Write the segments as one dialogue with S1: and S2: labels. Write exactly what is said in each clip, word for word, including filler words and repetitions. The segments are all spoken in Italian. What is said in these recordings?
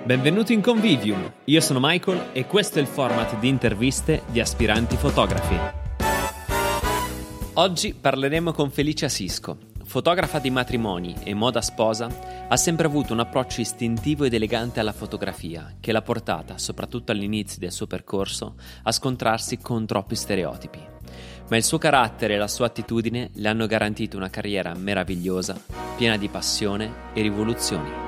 S1: Benvenuti in Convivium, io sono Michael e questo è il format di interviste di aspiranti fotografi. Oggi parleremo con Felicia Sisco, fotografa di matrimoni e moda sposa. Ha sempre avuto un approccio istintivo ed elegante alla fotografia che l'ha portata, soprattutto all'inizio del suo percorso, a scontrarsi con troppi stereotipi. Ma il suo carattere e la sua attitudine le hanno garantito una carriera meravigliosa, piena di passione e rivoluzioni.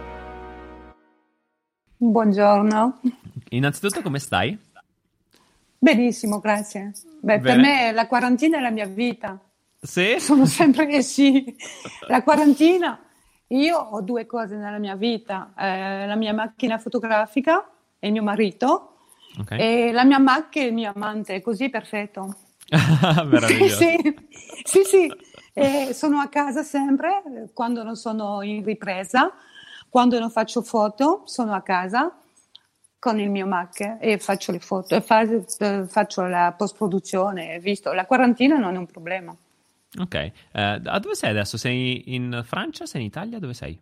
S2: Buongiorno.
S1: Innanzitutto, come stai?
S2: Benissimo, grazie. Beh, per me la quarantina è la mia vita.
S1: Sì?
S2: Sono sempre che sì. La quarantina, io ho due cose nella mia vita, eh, la mia macchina fotografica e il mio marito,
S1: Okay.
S2: e la mia macchina e il mio amante, così è perfetto.
S1: Meraviglioso.
S2: Sì, sì, sì. E sono a casa sempre, quando non sono in ripresa, quando non faccio foto, sono a casa con il mio Mac e faccio le foto, e fa, faccio la post-produzione, visto. La quarantina non è un problema.
S1: Ok, eh, a dove sei adesso? Sei in Francia? Sei in Italia? Dove sei?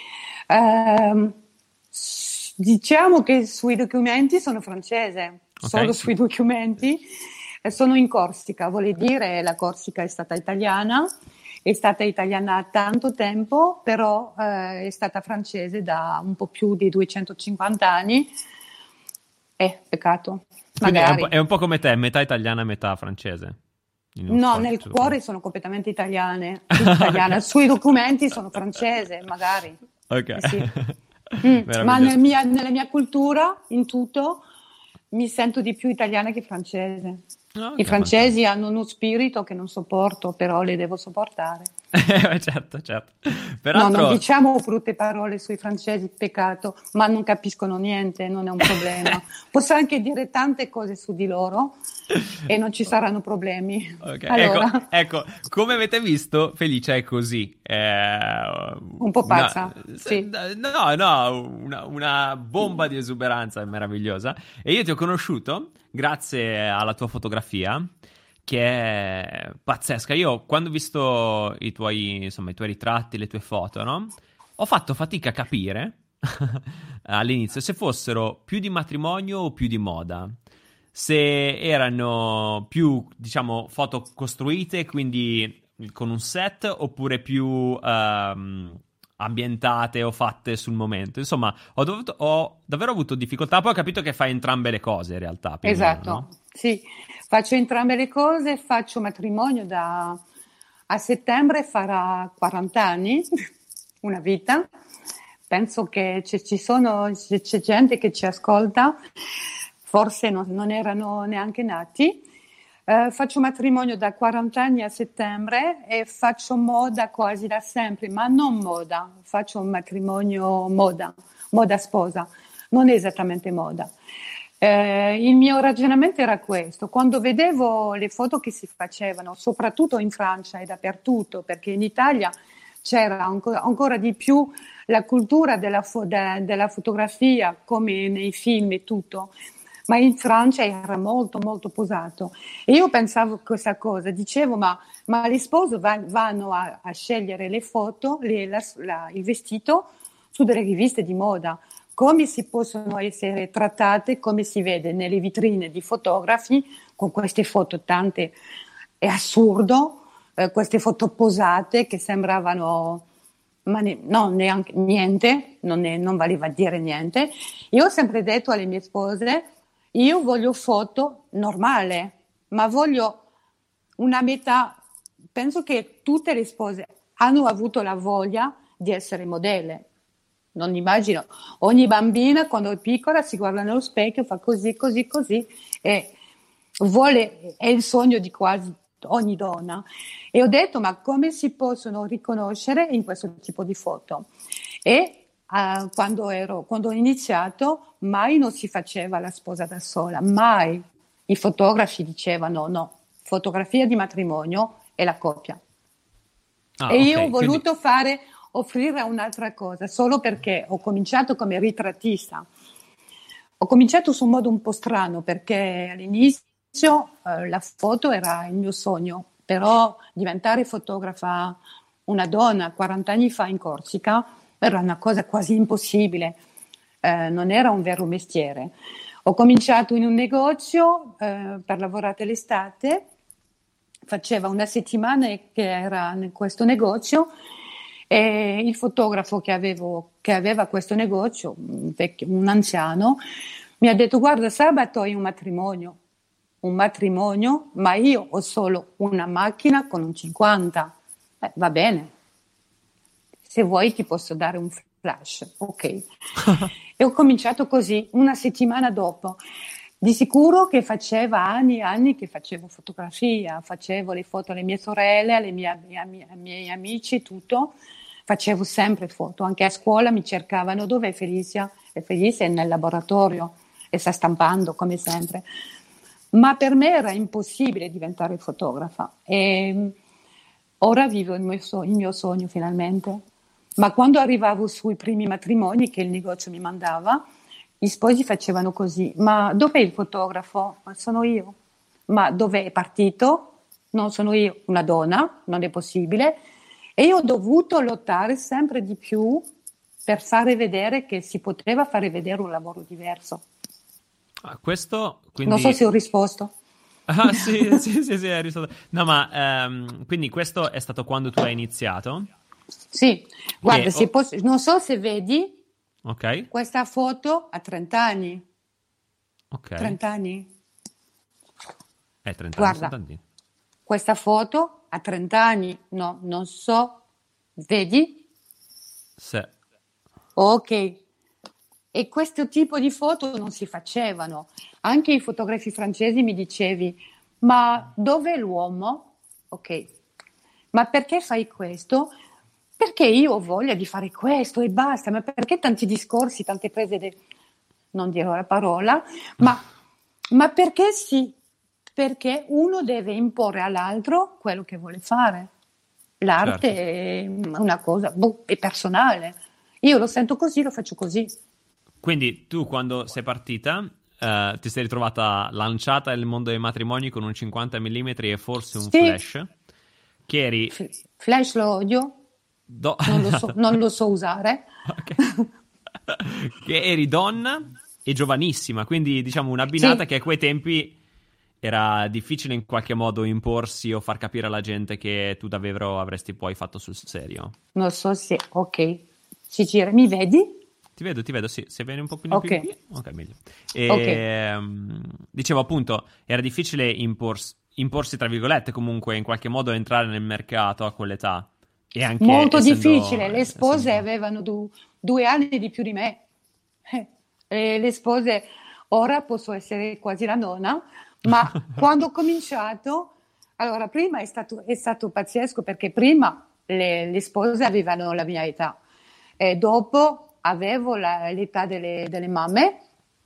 S2: Eh, diciamo che sui documenti sono francese,
S1: Ok.
S2: solo sui documenti. Sono in Corsica, vuol dire la Corsica è stata italiana, è stata italiana tanto tempo, però eh, è stata francese da un po' più di duecentocinquanta anni. Eh, peccato,
S1: Quindi è un,
S2: magari.
S1: po', è un po' come te, metà italiana, metà francese. In uno
S2: No,
S1: sport,
S2: nel
S1: cioè.
S2: cuore sono completamente italiane, italiana. Sui documenti sono francese, magari.
S1: Ok.
S2: Eh sì. Mm, ma
S1: Meraviglioso.
S2: nel mia- nella mia cultura, in tutto, mi sento di più italiana che francese.
S1: Ok,
S2: I francesi hanno uno spirito che non sopporto, però le devo sopportare.
S1: certo, certo.
S2: No,
S1: Peraltro,
S2: non diciamo brutte parole sui francesi, peccato, ma non capiscono niente, non è un problema. Posso anche dire tante cose su di loro e non ci saranno problemi.
S1: ok,
S2: Allora,
S1: ecco, ecco, come avete visto, Felicia è così. È
S2: un po'
S1: una-
S2: pazza, sì.
S1: No, no, una, una bomba di esuberanza meravigliosa. E io ti ho conosciuto grazie alla tua fotografia, che è pazzesca. Io quando ho visto i tuoi, insomma, i tuoi ritratti, le tue foto, no? Ho fatto fatica a capire all'inizio se fossero più di matrimonio o più di moda. Se erano più, diciamo, foto costruite, quindi con un set, oppure più ehm, ambientate o fatte sul momento. Insomma, ho, dovuto, ho davvero avuto difficoltà. Poi ho capito che fai entrambe le cose, in realtà, più o meno,
S2: Esatto,
S1: no?
S2: sì, faccio entrambe le cose, faccio matrimonio da a settembre farà quaranta anni, una vita. Penso che ci ci sono, c'è c'è gente che ci ascolta, forse non, non erano neanche nati. Eh, faccio matrimonio da quaranta anni a settembre e faccio moda quasi da sempre, ma non moda, faccio un matrimonio moda, moda sposa, non esattamente moda. Eh, il mio ragionamento era questo: quando vedevo le foto che si facevano, soprattutto in Francia e dappertutto, perché in Italia c'era ancora, ancora di più la cultura della, fo- de- della fotografia, come nei film e tutto, ma in Francia era molto molto posato. E io pensavo questa cosa, dicevo, ma, ma le spose va- vanno a, a scegliere le foto, le- la- la- il vestito su delle riviste di moda. Come si possono essere trattate, come si vede nelle vetrine di fotografi, con queste foto tante, è assurdo, eh, queste foto posate che sembravano, ma ne, no, neanche niente, non, è, non valeva dire niente. Io ho sempre detto alle mie spose, io voglio foto normale, ma voglio una metà. Penso che tutte le spose hanno avuto la voglia di essere modelle. Non immagino, ogni bambina quando è piccola si guarda nello specchio, fa così, così, così e vuole, è il sogno di quasi ogni donna. E ho detto, ma come si possono riconoscere in questo tipo di foto? E uh, quando, ero, quando ho iniziato mai non si faceva la sposa da sola, mai. I fotografi dicevano no, fotografia di matrimonio è la coppia.
S1: Ah,
S2: E io ho
S1: ok, quindi...
S2: voluto fare, offrire un'altra cosa, solo perché ho cominciato come ritrattista. Ho cominciato su un modo un po' strano, perché all'inizio eh, la foto era il mio sogno, però diventare fotografa, una donna quaranta anni fa in Corsica, era una cosa quasi impossibile. eh, non era un vero mestiere. Ho cominciato in un negozio eh, per lavorare l'estate, faceva una settimana che era in questo negozio e il fotografo che, avevo, che aveva questo negozio, un, vecchio, un anziano, mi ha detto: guarda, sabato hai un matrimonio, un matrimonio, ma io ho solo una macchina con un cinquanta. Eh, va bene, se vuoi ti posso dare un flash, ok. E ho cominciato così, una settimana dopo. Di sicuro che faceva anni e anni che facevo fotografia, facevo le foto alle mie sorelle, alle mie, ai miei amici, tutto. Facevo sempre foto, anche a scuola mi cercavano: dov'è Felicia? E Felicia è nel laboratorio e sta stampando come sempre. Ma per me era impossibile diventare fotografa e ora vivo il mio, sogno, il mio sogno finalmente. Ma quando arrivavo sui primi matrimoni che il negozio mi mandava, gli sposi facevano così: ma dov'è il fotografo? Ma sono io. Ma dov'è partito? Non sono io, una donna, non è possibile. E io ho dovuto lottare sempre di più per fare vedere che si poteva fare vedere un lavoro diverso.
S1: Ah, questo quindi...
S2: Non so se ho risposto.
S1: Ah sì, sì, sì, sì, hai risposto. No, ma um, quindi questo è stato quando tu hai iniziato?
S2: Sì, guarda,
S1: Che...
S2: se
S1: oh.
S2: posso, non so se vedi
S1: Ok.
S2: questa foto a trenta anni.
S1: Ok.
S2: trenta anni.
S1: Eh, trenta
S2: Guarda,
S1: anni sono tanti.
S2: questa foto a trenta anni, no, non so, vedi?
S1: Sì.
S2: Ok. E questo tipo di foto non si facevano. Anche i fotografi francesi mi dicevi: ma dov'è l'uomo? Ok. Ma perché fai questo? Perché io ho voglia di fare questo e basta. Ma perché tanti discorsi, tante prese de... non dirò la parola, ma, ma perché sì? Perché uno deve imporre all'altro quello che vuole fare. L'arte
S1: Certo.
S2: è una cosa, boh, è personale. Io lo sento così, lo faccio così.
S1: Quindi tu quando sei partita eh, ti sei ritrovata lanciata nel mondo dei matrimoni con un cinquanta millimetri e forse un
S2: Sì,
S1: flash, che eri...
S2: F- Flash lo odio,
S1: do-
S2: non lo so,
S1: Esatto.
S2: non lo so usare.
S1: Ok. Che eri donna e giovanissima, quindi diciamo un'abbinata
S2: Sì,
S1: che a quei tempi era difficile in qualche modo imporsi o far capire alla gente che tu davvero avresti poi fatto sul serio.
S2: non so se, ok, si gira, mi vedi?
S1: Ti vedo, ti vedo, sì, se vieni un pochino
S2: Ok,
S1: più qui, ok, meglio.
S2: ok,
S1: E, um, dicevo appunto, era difficile impors- imporsi, tra virgolette, comunque in qualche modo entrare nel mercato a quell'età. E anche
S2: molto
S1: essendo...
S2: difficile. Le spose
S1: essendo...
S2: avevano du- due anni di più di me. Eh, e le spose, ora posso essere quasi la nonna, ma quando ho cominciato, allora prima è stato, è stato pazzesco perché prima le, le spose avevano la mia età e dopo avevo la- l'età delle, delle mamme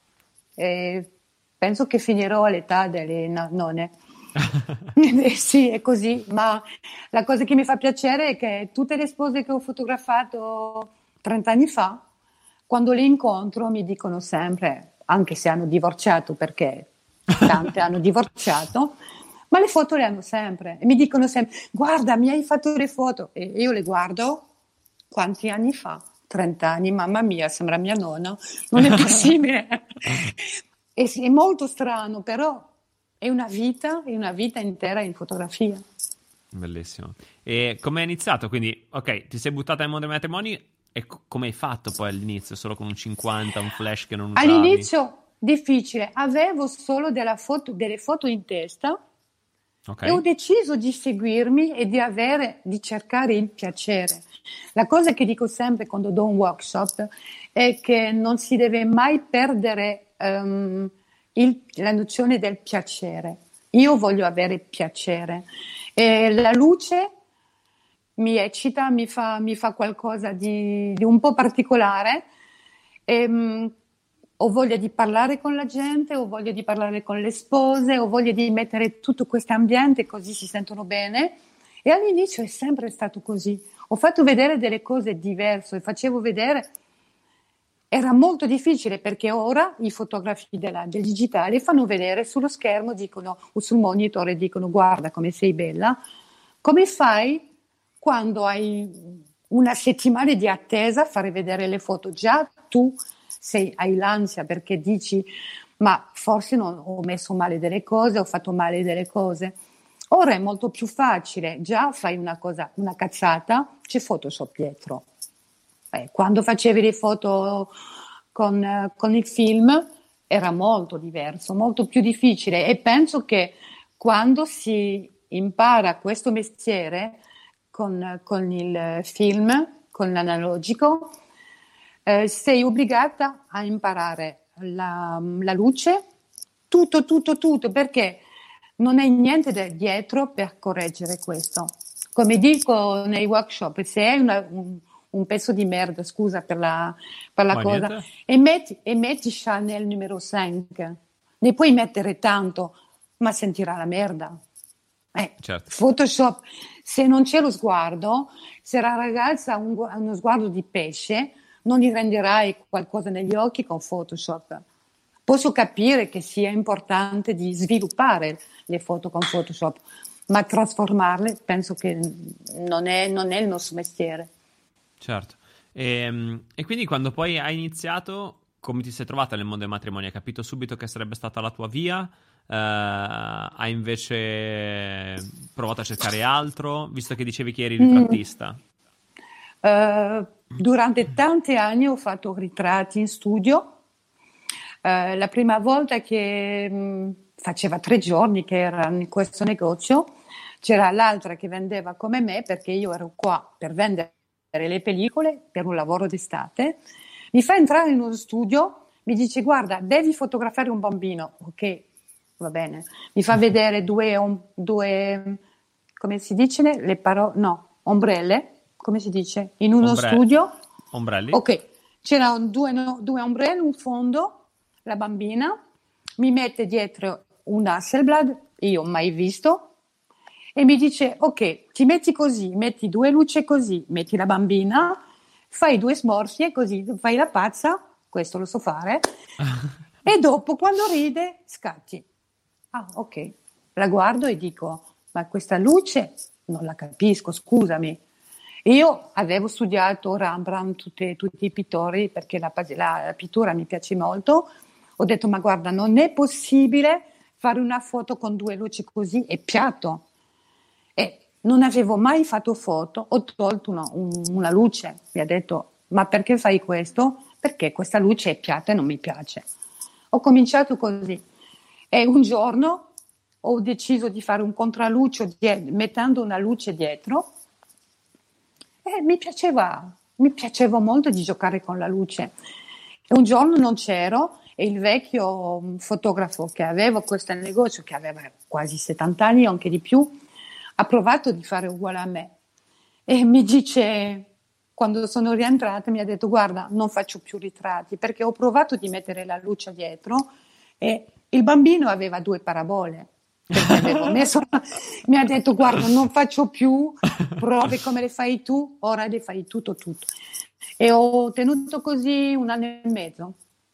S2: e penso che finirò all'età delle na- nonne. Eh, sì, è così, ma la cosa che mi fa piacere è che tutte le spose che ho fotografato trenta anni fa, quando le incontro mi dicono sempre, anche se hanno divorziato, perché tante hanno divorziato, ma le foto le hanno sempre e mi dicono sempre: guarda, mi hai fatto le foto, e io le guardo. Quanti anni fa? trenta anni, mamma mia, sembra mia nonna, non è possibile. E sì, è molto strano, però è una vita, è una vita intera in fotografia.
S1: Bellissimo. E come hai iniziato? Quindi, ok, ti sei buttata nel mondo dei matrimoni e co- come hai fatto poi all'inizio? Solo con un cinquanta, un flash che non usavi?
S2: All'inizio difficile, avevo solo della foto- delle foto in testa
S1: Ok,
S2: e ho deciso di seguirmi e di avere, di cercare il piacere. La cosa che dico sempre quando do un workshop è che non si deve mai perdere ehm, il- la nozione del piacere. Io voglio avere piacere. E la luce mi eccita, mi fa, mi fa qualcosa di, di un po' particolare. E, mh, ho voglia di parlare con la gente, ho voglia di parlare con le spose, ho voglia di mettere tutto questo ambiente così si sentono bene. E all'inizio è sempre stato così. Ho fatto vedere delle cose diverse, facevo vedere. Era molto difficile perché ora i fotografi della, del digitale fanno vedere sullo schermo, dicono, o sul monitor e dicono: guarda come sei bella. Come fai quando hai una settimana di attesa a fare vedere le foto? Già tu sei, hai l'ansia perché dici ma forse non, ho messo male delle cose, ho fatto male delle cose. Ora è molto più facile, già fai una cosa, una cazzata, c'è Photoshop dietro. Eh, quando facevi le foto con, eh, con il film era molto diverso, molto più difficile, e penso che quando si impara questo mestiere con, con il film, con l'analogico, eh, sei obbligata a imparare la, la luce, tutto, tutto, tutto, perché non hai niente da- dietro per correggere questo. Come dico nei workshop, se hai una- un, un pezzo di merda, scusa per la, per la
S1: Ma
S2: cosa,
S1: niente?
S2: e metti, e metti Chanel numero cinque, ne puoi mettere tanto, ma sentirà la merda. Eh,
S1: Certo.
S2: Photoshop, se non c'è lo sguardo, se la ragazza ha un gu- ha uno sguardo di pesce, non gli renderai qualcosa negli occhi con Photoshop. Posso capire che sia importante di sviluppare le foto con Photoshop, ma trasformarle penso che non è, non è il nostro mestiere.
S1: Certo. E, e quindi quando poi hai iniziato, come ti sei trovata nel mondo dei matrimoni? Hai capito subito che sarebbe stata la tua via? Eh, hai invece provato a cercare altro, visto che dicevi che eri
S2: Mm.
S1: ritrattista?
S2: Eh, durante tanti anni ho fatto ritratti in studio. Eh, la prima volta che mh, faceva tre giorni che era in questo negozio, c'era l'altra che vendeva come me perché io ero qua per vendere le pellicole per un lavoro d'estate. Mi fa entrare in uno studio, mi dice guarda, devi fotografare un bambino. Ok, va bene. Mi fa vedere due, om- due come si dice? Le parole, no, ombrelle, come si dice? In uno
S1: Ombre-
S2: studio.
S1: Ombrelli?
S2: Ok, c'erano due, no, due ombrelle, un fondo, la bambina, mi mette dietro un Hasselblad, io mai visto, e mi dice, ok, ti metti così, metti due luci così, metti la bambina, fai due smorfie così, fai la pazza, questo lo so fare, e dopo quando ride scatti. Ah, ok, la guardo e dico, ma questa luce non la capisco, scusami. Io avevo studiato Rembrandt, tutte- tutti i pittori, perché la, la- la pittura mi piace molto. Ho detto, ma guarda, non è possibile fare una foto con due luci così, è piatto. E non avevo mai fatto foto, ho tolto una, un- una luce. Mi ha detto, ma perché fai questo? Perché questa luce è piatta e non mi piace. Ho cominciato così. E un giorno ho deciso di fare un contralluce die- mettendo una luce dietro. E mi piaceva, mi piaceva molto di giocare con la luce. E un giorno non c'ero e il vecchio mm, fotografo che avevo questo negozio, che aveva quasi settanta anni o anche di più, ha provato di fare uguale a me. E mi dice, quando sono rientrata, mi ha detto, guarda, non faccio più ritratti, perché ho provato di mettere la luce dietro e il bambino aveva due parabole. Perché avevo messo, mi ha detto, guarda, non faccio più prove come le fai tu, ora le fai tutto, tutto. E ho tenuto così un anno e mezzo.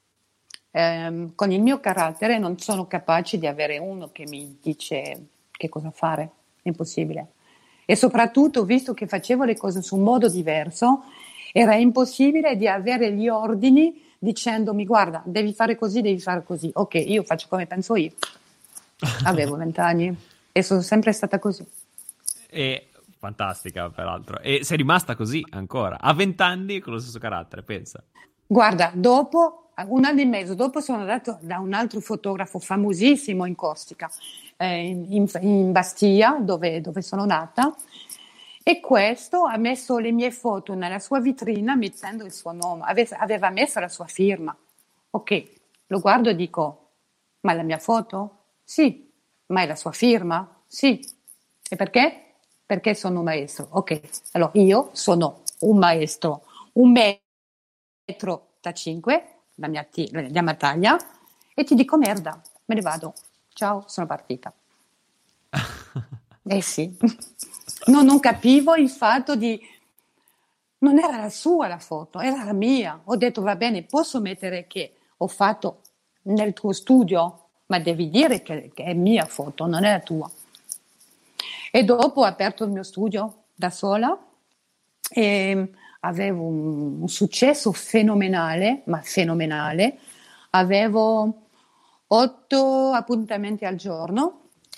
S2: Ehm, con il mio carattere non sono capace di avere uno che mi dice che cosa fare, è impossibile. E soprattutto, visto che facevo le cose su un modo diverso, era impossibile di avere gli ordini dicendomi guarda, devi fare così, devi fare così. Ok, io faccio come penso io. Avevo vent'anni e sono sempre stata così.
S1: E fantastica, peraltro. E sei rimasta così ancora, a vent'anni con lo stesso carattere, pensa.
S2: Guarda, dopo, un anno e mezzo dopo sono andato da un altro fotografo famosissimo in Corsica, eh, in, in- in Bastia, dove, dove sono nata, e questo ha messo le mie foto nella sua vetrina mettendo il suo nome, ave- aveva messo la sua firma. Ok, lo guardo e dico, ma è la mia foto? Sì. Ma è la sua firma? Sì. E perché? Perché sono un maestro. Ok, allora io sono un maestro, un metro da cinque, la mia, ti- la mia taglia, e ti dico merda, me ne vado. Ciao, sono partita. Eh sì, no, non capivo il fatto di... Non era la sua la foto, era la mia. Ho detto va bene, posso mettere che ho fatto nel tuo studio, ma devi dire che, che è mia foto, non è la tua. E dopo ho aperto il mio studio da sola e avevo un, un successo fenomenale, ma fenomenale. Avevo otto appuntamenti al giorno,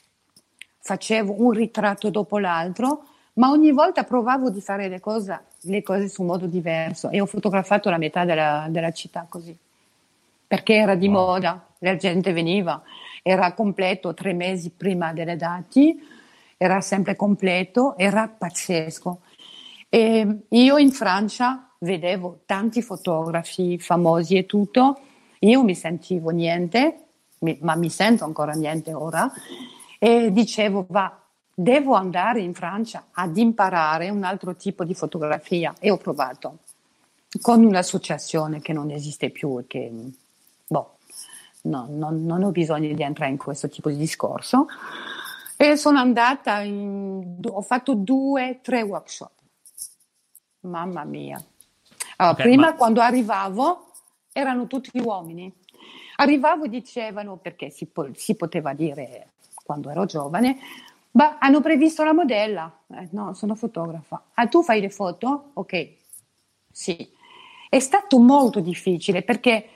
S2: facevo un ritratto dopo l'altro, ma ogni volta provavo di fare le cose, le cose su modo diverso e ho fotografato la metà della, della città così, perché era di
S1: Wow.
S2: moda, la gente veniva, era completo tre mesi prima delle date, era sempre completo, era pazzesco. E io in Francia vedevo tanti fotografi famosi e tutto, io mi sentivo niente, mi, ma mi sento ancora niente ora, e dicevo, va, devo andare in Francia ad imparare un altro tipo di fotografia e ho provato con un'associazione che non esiste più e che, boh, no, non, non ho bisogno di entrare in questo tipo di discorso. E sono andata, in, ho fatto due, tre workshop. Mamma mia. Allora,
S1: Okay,
S2: prima
S1: ma
S2: quando arrivavo erano tutti uomini. Arrivavo e dicevano, perché si, po- si poteva dire quando ero giovane, ma hanno previsto la modella. Eh, no, sono fotografa. Ah, tu fai le foto? Ok, sì. È stato molto difficile perché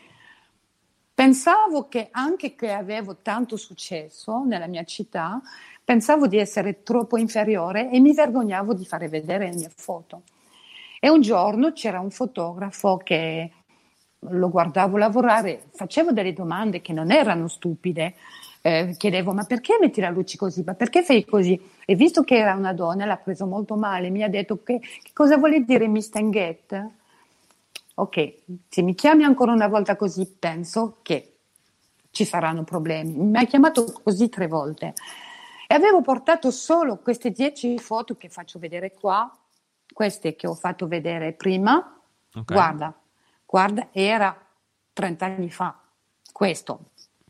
S2: pensavo che anche che avevo tanto successo nella mia città, pensavo di essere troppo inferiore e mi vergognavo di fare vedere le mie foto. E un giorno c'era un fotografo che lo guardavo lavorare, facevo delle domande che non erano stupide, eh, chiedevo ma perché metti la luce così, ma perché fai così? E visto che era una donna l'ha preso molto male, mi ha detto che, che cosa vuole dire Mistenghette? Ok, se mi chiami ancora una volta così penso che ci saranno problemi. Mi ha chiamato così tre volte e avevo portato solo queste dieci foto che faccio vedere qua, queste che ho fatto vedere prima.
S1: okay.
S2: Guarda, guarda, era trenta anni fa, questo.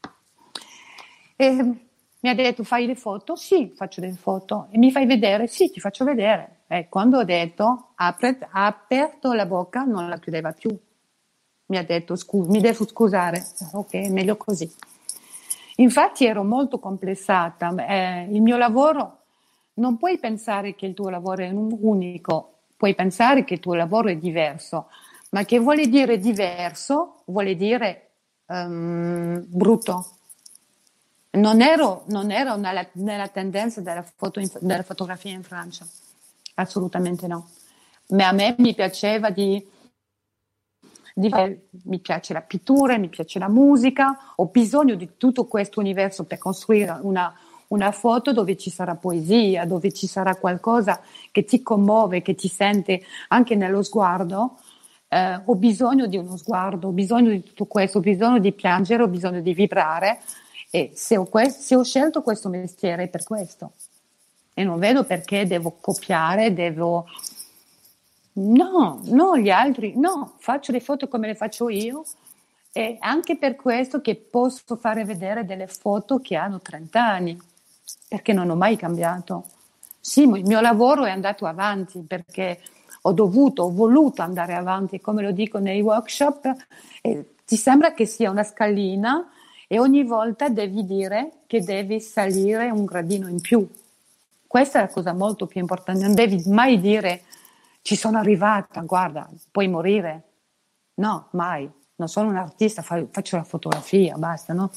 S2: E mi ha detto, fai le foto? Sì, faccio delle foto. E mi fai vedere? Sì, ti faccio vedere. E quando ho detto, ha apre- ha aperto la bocca, non la chiudeva più. Mi ha detto, scusa, mi devo scusare. Ok, meglio così. Infatti ero molto complessata. Eh, il mio lavoro, non puoi pensare che il tuo lavoro è un unico, puoi pensare che il tuo lavoro è diverso, ma che vuole dire diverso, vuole dire ehm, brutto. Non ero, non ero nella, nella tendenza della, foto in- della fotografia in Francia, assolutamente no. Ma a me mi piaceva di, di fare- mi piace la pittura, mi piace la musica, ho bisogno di tutto questo universo per costruire una, una foto dove ci sarà poesia, dove ci sarà qualcosa che ti commuove, che ti sente anche nello sguardo. Eh, ho bisogno di uno sguardo, ho bisogno di tutto questo, ho bisogno di piangere, ho bisogno di vibrare e se ho, que- se ho scelto questo mestiere è per questo e non vedo perché devo copiare, devo... No, no, gli altri, no, faccio le foto come le faccio io e anche per questo che posso fare vedere delle foto che hanno trenta anni, perché non ho mai cambiato. Sì, il mio lavoro è andato avanti perché ho dovuto, ho voluto andare avanti, come lo dico nei workshop, eh, ti sembra che sia una scalina e ogni volta devi dire che devi salire un gradino in più. Questa è la cosa molto più importante, non devi mai dire ci sono arrivata, guarda, puoi morire. No, mai. Non sono un artista, fa- faccio la fotografia, basta, no?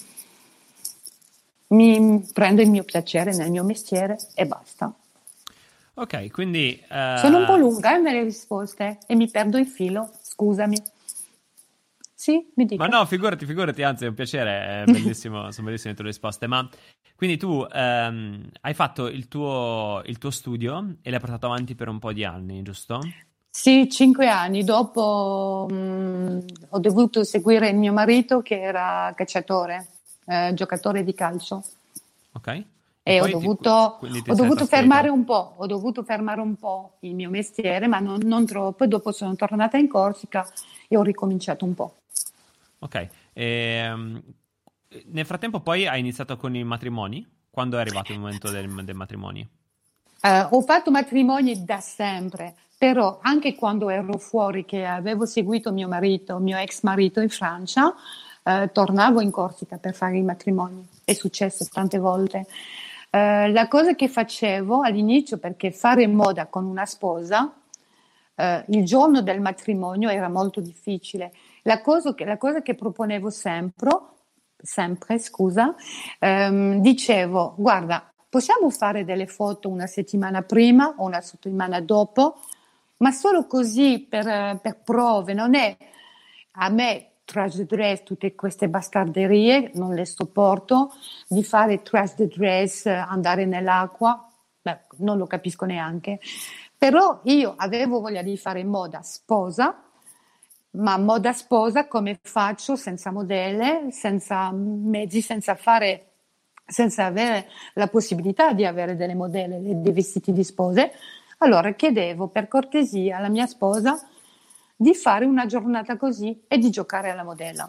S2: Mi prendo il mio piacere nel mio mestiere e basta.
S1: Okay, quindi,
S2: Sono un po'
S1: ehm
S2: lunga eh, nelle risposte e mi perdo il filo, scusami. Sì, mi
S1: ma
S2: dica.
S1: no, figurati, figurati, anzi è un piacere, è bellissimo, son bellissime le tue risposte. Ma quindi tu, ehm, hai fatto il tuo il tuo studio e l'hai portato avanti per un po' di anni, giusto?
S2: Sì, cinque anni dopo mh, ho dovuto seguire il mio marito che era calciatore, eh, giocatore di calcio.
S1: Okay. E
S2: E ho
S1: poi ti qui
S2: dovuto,
S1: quindi ti
S2: ho
S1: sei
S2: dovuto fermare
S1: trasferito.
S2: un po', ho dovuto fermare un po' il mio mestiere, ma non, non troppo. Dopo sono tornata in Corsica e ho ricominciato un po'.
S1: Okay. Ehm, nel frattempo poi hai iniziato con i matrimoni? Quando è arrivato il momento del dei matrimoni?
S2: Eh, ho fatto matrimoni da sempre, però anche quando ero fuori, che avevo seguito mio marito, mio ex marito in Francia, eh, tornavo in Corsica per fare i matrimoni. È successo tante volte. Eh, la cosa che facevo all'inizio, perché fare moda con una sposa eh, il giorno del matrimonio era molto difficile. La cosa che, la cosa che proponevo sempre, sempre, scusa, ehm, dicevo, guarda, possiamo fare delle foto una settimana prima o una settimana dopo, ma solo così per, per prove, non è a me trash the dress, tutte queste bastarderie, non le sopporto, di fare trash the dress, andare nell'acqua, beh, non lo capisco neanche, però io avevo voglia di fare moda sposa, ma moda sposa come faccio senza modelle, senza mezzi, senza fare, senza avere la possibilità di avere delle modelle, dei vestiti di spose. Allora chiedevo per cortesia alla mia sposa di fare una giornata così e di giocare alla modella.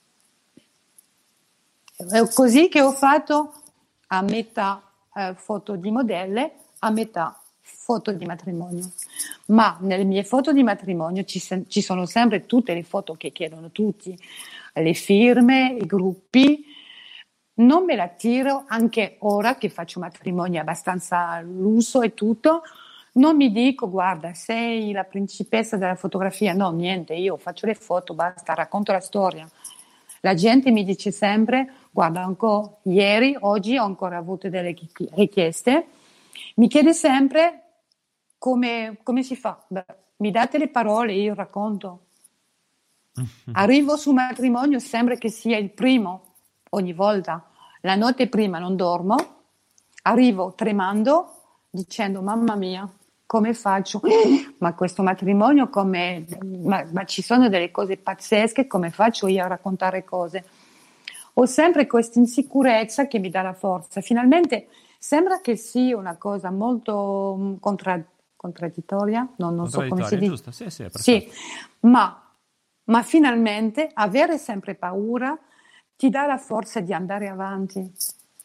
S2: È così che ho fatto a metà eh, foto di modelle, a metà foto di matrimonio. Ma nelle mie foto di matrimonio ci, se- ci sono sempre tutte le foto che chiedono tutti, le firme, i gruppi. Non me la tiro anche ora che faccio matrimonio abbastanza lusso e tutto. Non mi dico, guarda, sei la principessa della fotografia. No, niente, io faccio le foto, basta, racconto la storia. La gente mi dice sempre, guarda, ancora ieri, oggi ho ancora avuto delle richieste. Mi chiede sempre come, come si fa. Beh, mi date le parole, io racconto. Arrivo sul matrimonio, sembra che sia il primo, ogni volta. La notte prima non dormo, arrivo tremando, dicendo, mamma mia, come faccio? Ma questo matrimonio, come, ma, ma ci sono delle cose pazzesche, come faccio io a raccontare cose? Ho sempre questa insicurezza che mi dà la forza. Finalmente sembra che sia una cosa molto mm, contra- contraddittoria, no, non so come si dice.
S1: Giusto? Sì, sì,
S2: Sì, ma, ma finalmente avere sempre paura ti dà la forza di andare avanti.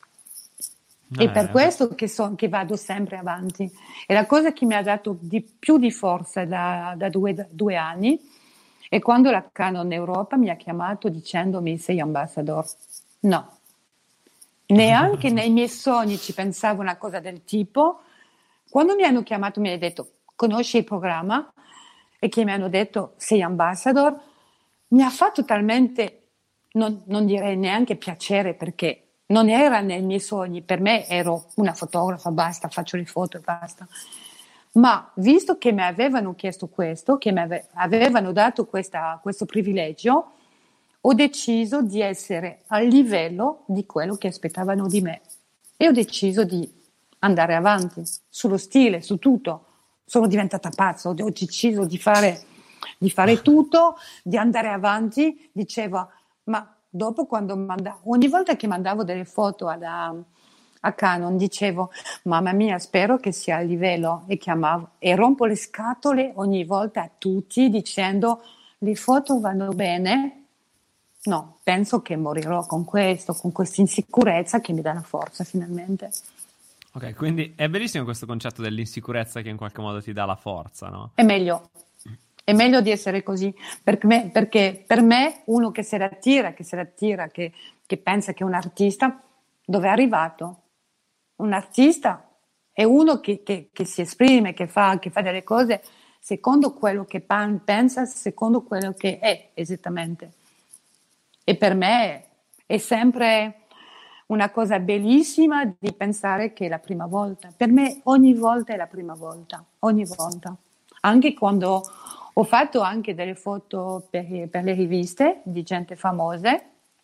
S2: È
S1: Eh,
S2: per questo che, so, che vado sempre avanti. E la cosa che mi ha dato di più di forza da, da due, da due anni è quando la Canon Europa mi ha chiamato dicendomi sei ambassador. No, neanche nei miei sogni ci pensavo una cosa del tipo. Quando mi hanno chiamato mi hanno detto conosci il programma e che mi hanno detto sei ambassador, mi ha fatto talmente, non, non direi neanche piacere perché non era nei miei sogni, per me ero una fotografa, basta, faccio le foto e basta. Ma visto che mi avevano chiesto questo, che mi ave- avevano dato questa, questo privilegio, ho deciso di essere al livello di quello che aspettavano di me e ho deciso di andare avanti sullo stile, su tutto. Sono diventata pazza, ho ho deciso di fare, di fare tutto, di andare avanti. Dicevo, ma dopo quando mandavo, ogni volta che mandavo delle foto alla, a Canon dicevo, mamma mia, spero che sia a livello e chiamavo e rompo le scatole ogni volta a tutti dicendo le foto vanno bene. No, penso che morirò con questo, con questa insicurezza che mi dà la forza finalmente.
S1: Ok, quindi è bellissimo questo concetto dell'insicurezza che in qualche modo ti dà la forza, no?
S2: È meglio, è meglio di essere così, per me- perché per me uno che se la tira, che se la tira, che, che pensa che è un artista, dove è arrivato? Un artista è uno che, che- che si esprime, che fa, che fa delle cose secondo quello che pan- pensa, secondo quello che è esattamente. E per me è sempre una cosa bellissima di pensare che è la prima volta. Per me ogni volta è la prima volta, ogni volta. Anche quando ho fatto anche delle foto per, per le riviste di gente famosa,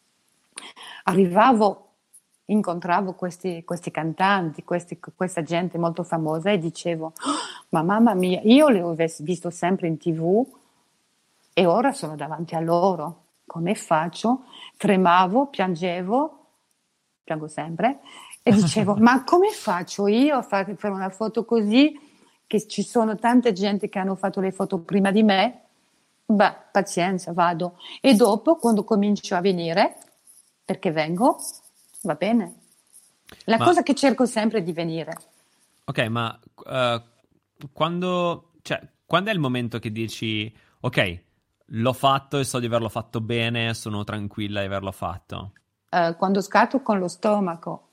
S2: arrivavo, incontravo questi, questi cantanti, questi- questa gente molto famosa e dicevo, "Oh, ma mamma mia, io le ho ves- visto sempre in tv e ora sono davanti a loro. Come faccio? Tremavo, piangevo, piango sempre, e dicevo, ma come faccio io a fare, fare una foto così, che ci sono tante gente che hanno fatto le foto prima di me? Beh, pazienza, vado. E dopo, quando comincio a venire, perché vengo, va bene. La
S1: Ma,
S2: cosa che cerco sempre è di venire.
S1: ok, ma eh, quando, cioè, quando è il momento che dici, ok, l'ho fatto e so di averlo fatto bene, sono tranquilla di averlo fatto?
S2: Eh, quando scatto con lo stomaco,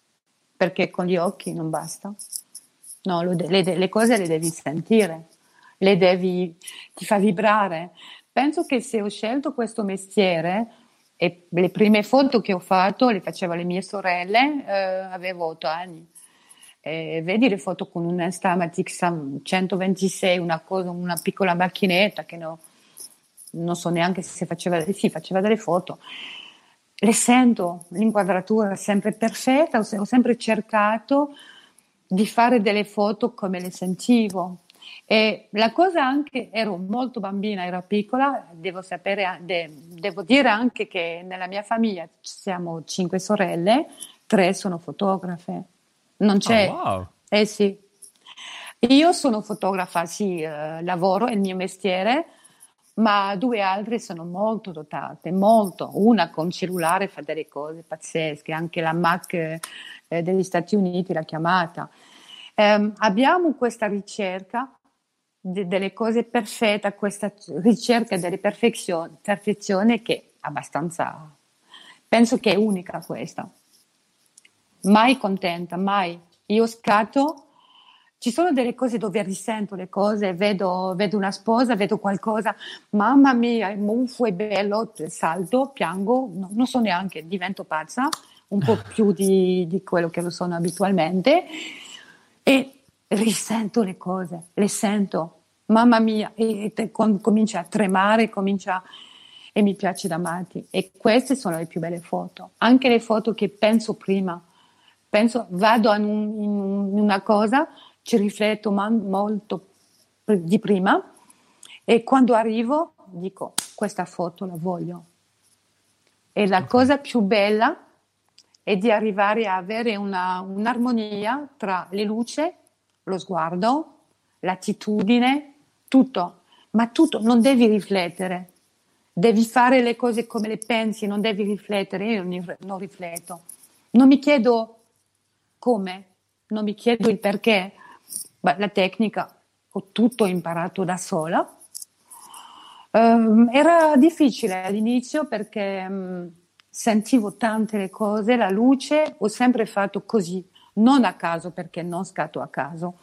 S2: perché con gli occhi non basta. No, lo de- le, le cose le devi sentire. le devi, ti fa vibrare. Penso che se ho scelto questo mestiere, e le prime foto che ho fatto le facevo alle mie sorelle, eh, avevo otto anni. E vedi le foto con un Instamatic centoventisei, una cosa, una piccola macchinetta che no, non so neanche se faceva, sì, faceva delle foto. Le sento, l'inquadratura è sempre perfetta, ho, ho sempre cercato di fare delle foto come le sentivo. E la cosa anche, ero molto bambina, ero piccola, devo sapere, de, devo dire anche che nella mia famiglia siamo cinque sorelle, tre sono fotografe. Non c'è.
S1: Oh, wow.
S2: Eh sì. Io sono fotografa, sì, eh, lavoro, è il mio mestiere, ma due altre sono molto dotate, molto. Una con cellulare fa delle cose pazzesche, anche la Mac eh, degli Stati Uniti l'ha chiamata. Eh, abbiamo questa ricerca de- delle cose perfette, questa ricerca delle perfezioni, perfezione che è abbastanza, penso che è unica questa. Mai contenta, mai. Io scatto. Ci sono delle cose dove risento le cose, vedo, vedo una sposa, vedo qualcosa, mamma mia, è muffo, è bello, salto, piango, no, non so neanche, divento pazza, un po' più di, di quello che lo sono abitualmente, e risento le cose, le sento, mamma mia, e, e com- comincia a tremare, comincia, e mi piace da matti. E queste sono le più belle foto, anche le foto che penso prima, penso, vado in, un, in una cosa, ci rifletto man- molto di prima e quando arrivo dico questa foto la voglio. E la
S1: Okay.
S2: cosa più bella è di arrivare a avere una, un'armonia tra le luci, lo sguardo, l'attitudine, tutto, ma tutto, non devi riflettere, devi fare le cose come le pensi, non devi riflettere, io non, non rifletto, non mi chiedo come, non mi chiedo il perché. Beh, la tecnica ho tutto imparato da sola. Um, era difficile all'inizio perché um, sentivo tante le cose, la luce, ho sempre fatto così, non a caso perché non scatto a caso.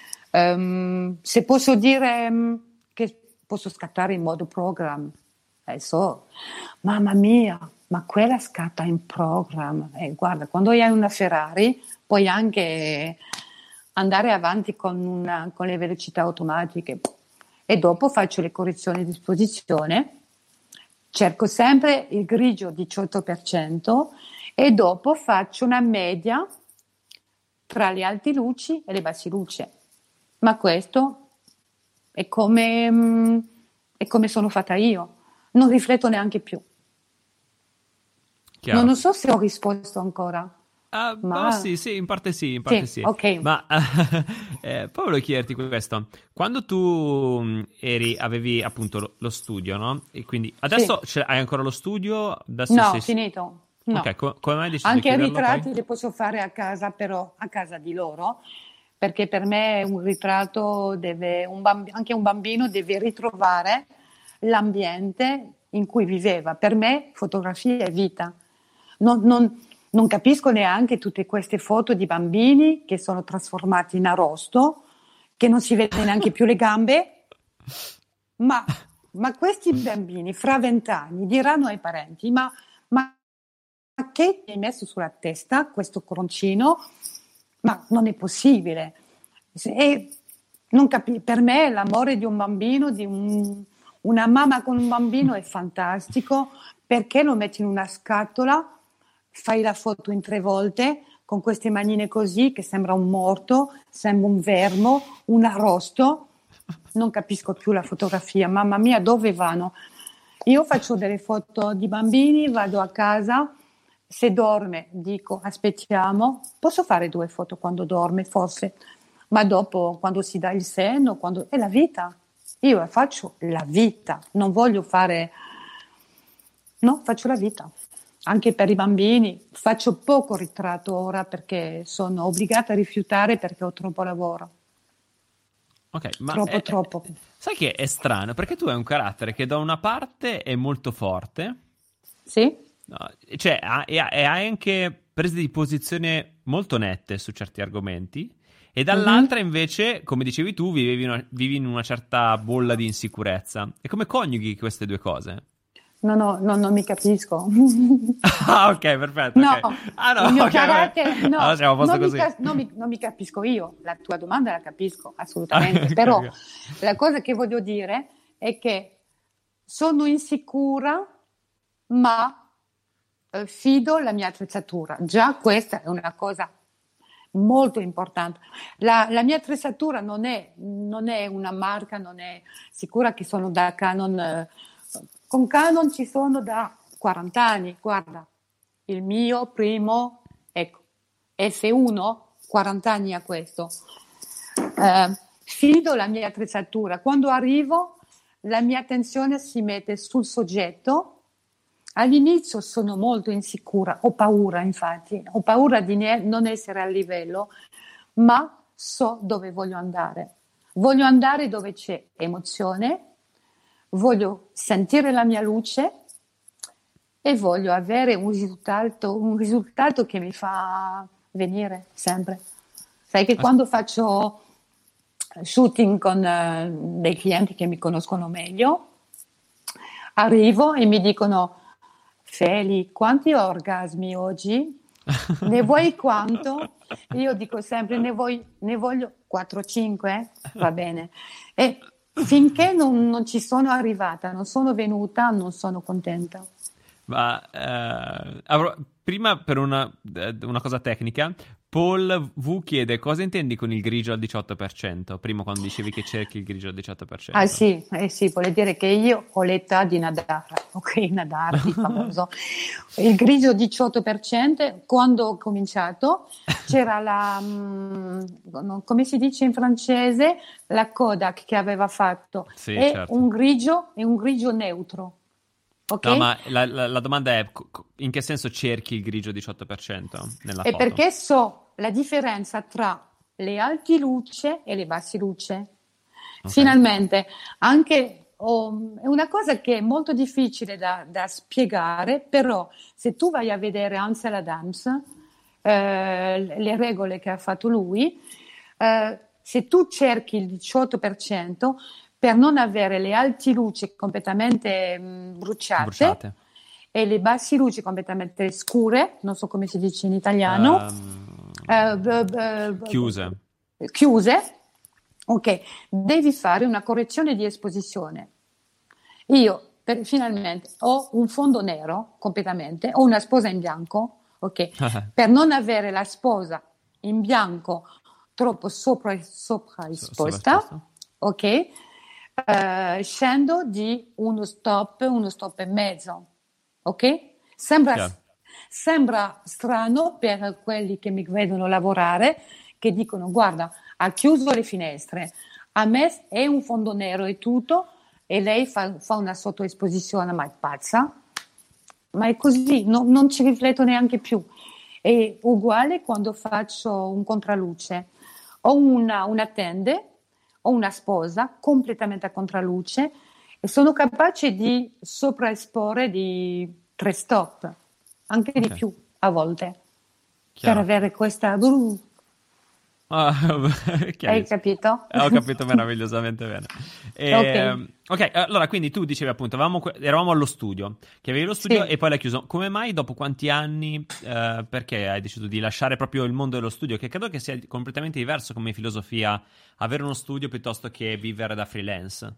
S2: Um, se posso dire um, che posso scattare in modo program, adesso, mamma mia, ma quella scatta in program. Eh, guarda, quando hai una Ferrari puoi anche andare avanti con, una, con le velocità automatiche e dopo faccio le correzioni di esposizione, cerco sempre il grigio diciotto per cento e dopo faccio una media tra le alte luci e le basse luci, ma questo è come, è come sono fatta io, non rifletto neanche più.
S1: Chiaro.
S2: Non so se ho risposto ancora.
S1: Ah,
S2: Ma
S1: oh, sì, sì, in parte sì, in parte
S2: sì,
S1: sì.
S2: ok.
S1: Ma eh, poi volevo chiederti questo. Quando tu mh, eri, avevi appunto lo, lo studio, no? E quindi
S2: Sì.
S1: adesso ce- hai ancora lo studio? Adesso
S2: No,
S1: sei...
S2: finito.
S1: Ok,
S2: No.
S1: co- come mai hai deciso di
S2: Anche i
S1: chiuderlo poi?
S2: ritratti li posso fare a casa, però a casa di loro, perché per me un ritratto deve, un bamb- anche un bambino deve ritrovare l'ambiente in cui viveva. Per me fotografia è vita. Non, non- non capisco neanche tutte queste foto di bambini che sono trasformati in arrosto, che non si vede neanche più le gambe, ma, ma questi bambini fra vent'anni diranno ai parenti, ma, ma che mi hai messo sulla testa questo coroncino? Ma non è possibile. E non capi- per me l'amore di un bambino, di un- una mamma con un bambino è fantastico perché lo metti in una scatola, fai la foto in tre volte con queste manine così che sembra un morto, sembra un vermo, un arrosto. Non capisco più la fotografia, mamma mia, dove vanno? Io faccio delle foto di bambini, vado a casa, se dorme dico aspettiamo, posso fare due foto quando dorme forse, ma dopo quando si dà il senno, quando... è la vita. Io faccio la vita, non voglio fare... No, faccio la vita. Anche per i bambini. Faccio poco ritratto ora perché sono obbligata a rifiutare perché ho troppo lavoro.
S1: Ok, ma
S2: Troppo,
S1: è- è-
S2: troppo.
S1: sai che è strano? Perché tu hai un carattere che da una parte è molto forte,
S2: Sì?
S1: no, cioè ha- e ha- e hai anche prese di posizione molto nette su certi argomenti, e dall'altra invece, come dicevi tu, vivevi una- vivi in una certa bolla di insicurezza. E come coniughi queste due cose?
S2: No, no, no, non mi capisco.
S1: Ah, ok, perfetto.
S2: No,
S1: Ok. Ah, no,
S2: il mio
S1: ok, vabbè.
S2: carattere, no,
S1: Allora siamo a posto
S2: non mi,
S1: così.
S2: ca- non mi- non mi capisco io. La tua domanda la capisco assolutamente, però
S1: Ok.
S2: la cosa che voglio dire è che sono insicura, ma eh, fido la mia attrezzatura. Già questa è una cosa molto importante. La, la mia attrezzatura non è, non è una marca, non è sicura che sono da Canon. eh, Con Canon ci sono da quaranta anni, guarda, il mio primo, ecco, F uno, quaranta anni a questo. Eh, fido la mia attrezzatura. Quando arrivo, la mia attenzione si mette sul soggetto. All'inizio sono molto insicura, ho paura infatti, ho paura di ne- non essere a livello, ma so dove voglio andare. Voglio andare dove c'è emozione, voglio sentire la mia luce e voglio avere un risultato, un risultato che mi fa venire sempre. Sai che quando faccio shooting con eh, dei clienti che mi conoscono meglio, arrivo e mi dicono: Feli, quanti orgasmi oggi? Ne vuoi quanto? Io dico sempre: ne, vuoi, ne voglio quattro cinque? Va bene. E finché non, non ci sono arrivata, non sono venuta, non sono contenta.
S1: Ma eh, avrò- prima per una, eh, una cosa tecnica, Paul V chiede cosa intendi con il grigio al diciotto per cento, prima quando dicevi che cerchi il grigio al diciotto per cento.
S2: Ah sì, eh sì, vuol dire che io ho l'età di Nadar, ok, Nadar, il famoso. Il grigio diciotto per cento, quando ho cominciato, c'era la, mm, non- come si dice in francese, la Kodak che aveva fatto,
S1: Sì,
S2: è
S1: certo.
S2: un grigio, è un grigio neutro, ok?
S1: No, ma la, la- la domanda è co- co- in che senso cerchi il grigio diciotto per cento nella
S2: È
S1: foto?
S2: perché so la differenza tra le alti luce e le bassi luce.
S1: Ok.
S2: Finalmente, anche oh, è una cosa che è molto difficile da, da spiegare, però se tu vai a vedere Ansel Adams, eh, le regole che ha fatto lui, eh, se tu cerchi il diciotto per cento per non avere le alti luci completamente mh, bruciate,
S1: Bruciate.
S2: e le bassi luci completamente scure, non so come si dice in italiano,
S1: Ehm,
S2: eh, b- b- b-
S1: chiuse.
S2: chiuse, ok, devi fare una correzione di esposizione. Io per- finalmente ho un fondo nero completamente, ho una sposa in bianco, ok, per non avere la sposa in bianco troppo sopra, sopra
S1: So-
S2: esposta,
S1: sovraesposto.
S2: ok, eh, scendo di uno stop, uno stop e mezzo, ok? Sembra,
S1: Chiaro.
S2: sembra strano per quelli che mi vedono lavorare, che dicono: guarda, ha chiuso le finestre, a me è un fondo nero e tutto, e lei fa, fa una sottoesposizione, ma è pazza? Ma è così, no- non ci rifletto neanche più. È uguale quando faccio un contraluce. Ho una, una tende, ho una sposa completamente a contraluce e sono capace di sovraesporre di tre stop, anche di
S1: Ok.
S2: più a volte, per
S1: Chiaro.
S2: avere questa...
S1: Ah,
S2: Hai
S1: chiarissimo.
S2: capito?
S1: Eh, Ho capito meravigliosamente bene.
S2: Ok.
S1: E, ok, allora quindi tu dicevi appunto, avevamo que- eravamo allo studio, che avevi lo studio
S2: Sì.
S1: e poi l'hai chiuso. Come mai dopo quanti anni, eh, perché hai deciso di lasciare proprio il mondo dello studio? Che credo che sia completamente diverso come filosofia avere uno studio piuttosto che vivere da freelance.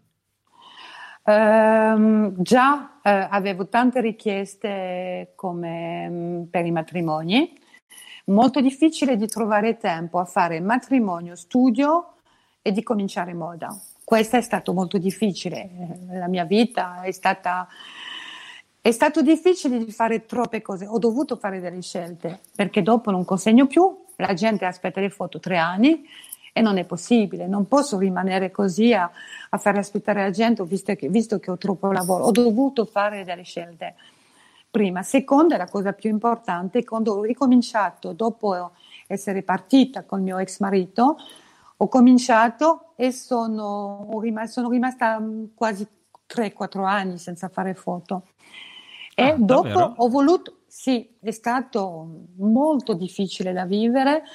S2: Ehm, già eh, avevo tante richieste come mh, per i matrimoni, molto difficile di trovare tempo a fare matrimonio, studio e di cominciare moda. Questo è stato molto difficile, eh, la mia vita è stata... È stato difficile di fare troppe cose, ho dovuto fare delle scelte, perché dopo non consegno più, la gente aspetta le foto tre anni e non è possibile, non posso rimanere così a, a fare aspettare la gente, visto che, visto che ho troppo lavoro, ho dovuto fare delle scelte. Prima. Seconda, la cosa più importante, quando ho ricominciato, dopo essere partita con mio ex marito, ho cominciato e sono, ho rim- sono rimasta mm, quasi tre quattro anni senza fare foto. E
S1: Ah,
S2: dopo
S1: davvero?
S2: ho voluto, sì, è stato molto difficile da vivere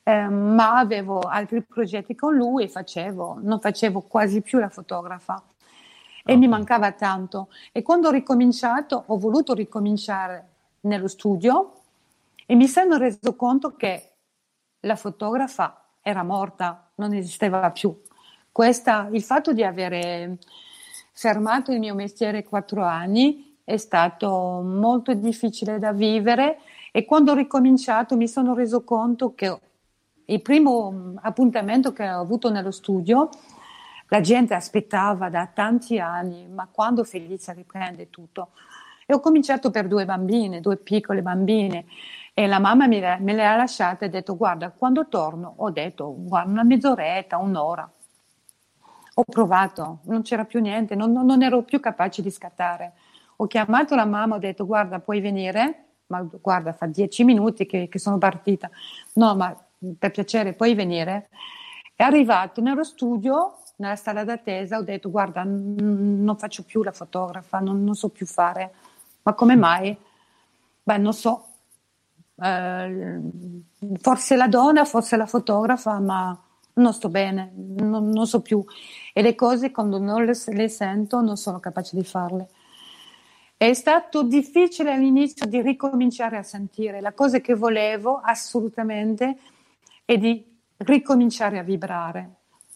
S2: eh, ma avevo altri progetti con lui e facevo, non facevo quasi più la fotografa e
S1: Ok.
S2: mi mancava tanto. E quando ho ricominciato, ho voluto ricominciare nello studio e mi sono reso conto che la fotografa era morta, non esisteva più. Questa, il fatto di avere fermato il mio mestiere quattro anni è stato molto difficile da vivere e quando ho ricominciato mi sono reso conto che il primo appuntamento che ho avuto nello studio, la gente aspettava da tanti anni, ma quando Felicia riprende tutto? E ho cominciato per due bambine, due piccole bambine, e la mamma me le, me le ha lasciate e ha detto: guarda, quando torno, ho detto, guarda, una mezz'oretta, un'ora. Ho provato, non c'era più niente, non, non- non ero più capace di scattare. Ho chiamato la mamma, ho detto: guarda, puoi venire? Ma guarda, fa dieci minuti che, che sono partita. No, ma per piacere, puoi venire? È arrivato nello studio, nella sala d'attesa, ho detto: guarda, n- non faccio più la fotografa, non, non so più fare. Ma come mai? Beh, non so. Eh, forse la donna, forse la fotografa, ma non sto bene, non, non so più. E le cose quando non le, le sento non sono capace di farle. È stato difficile all'inizio di ricominciare a sentire. La cosa che volevo assolutamente è di ricominciare a vibrare.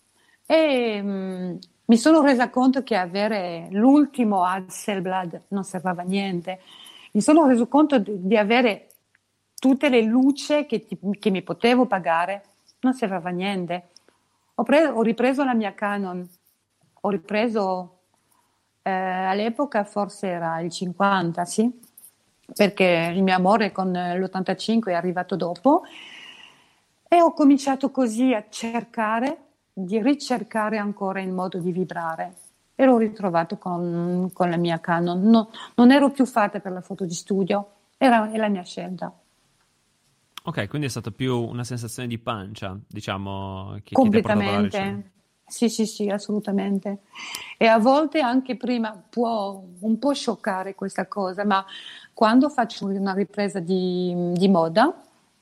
S2: E mh, mi sono resa conto che avere l'ultimo Hasselblad non servava a niente. Mi sono reso conto di, di avere tutte le luci che, ti- che mi potevo pagare, non serveva a niente. Ho, pre- ho ripreso la mia Canon, ho ripreso eh, all'epoca forse era il cinquanta, sì, perché il mio amore con l'ottantacinque è arrivato dopo e ho cominciato così a cercare di ricercare ancora il modo di vibrare e l'ho ritrovato con, con la mia Canon. No- non ero più fatta per la foto di studio, era è la mia scelta.
S1: Ok, quindi è stata più una sensazione di pancia, diciamo, che, che ti ha portato alla ricerca.
S2: Completamente. Sì, sì, sì, assolutamente. E a volte anche prima può un po' scioccare questa cosa, ma quando faccio una ripresa di, di moda,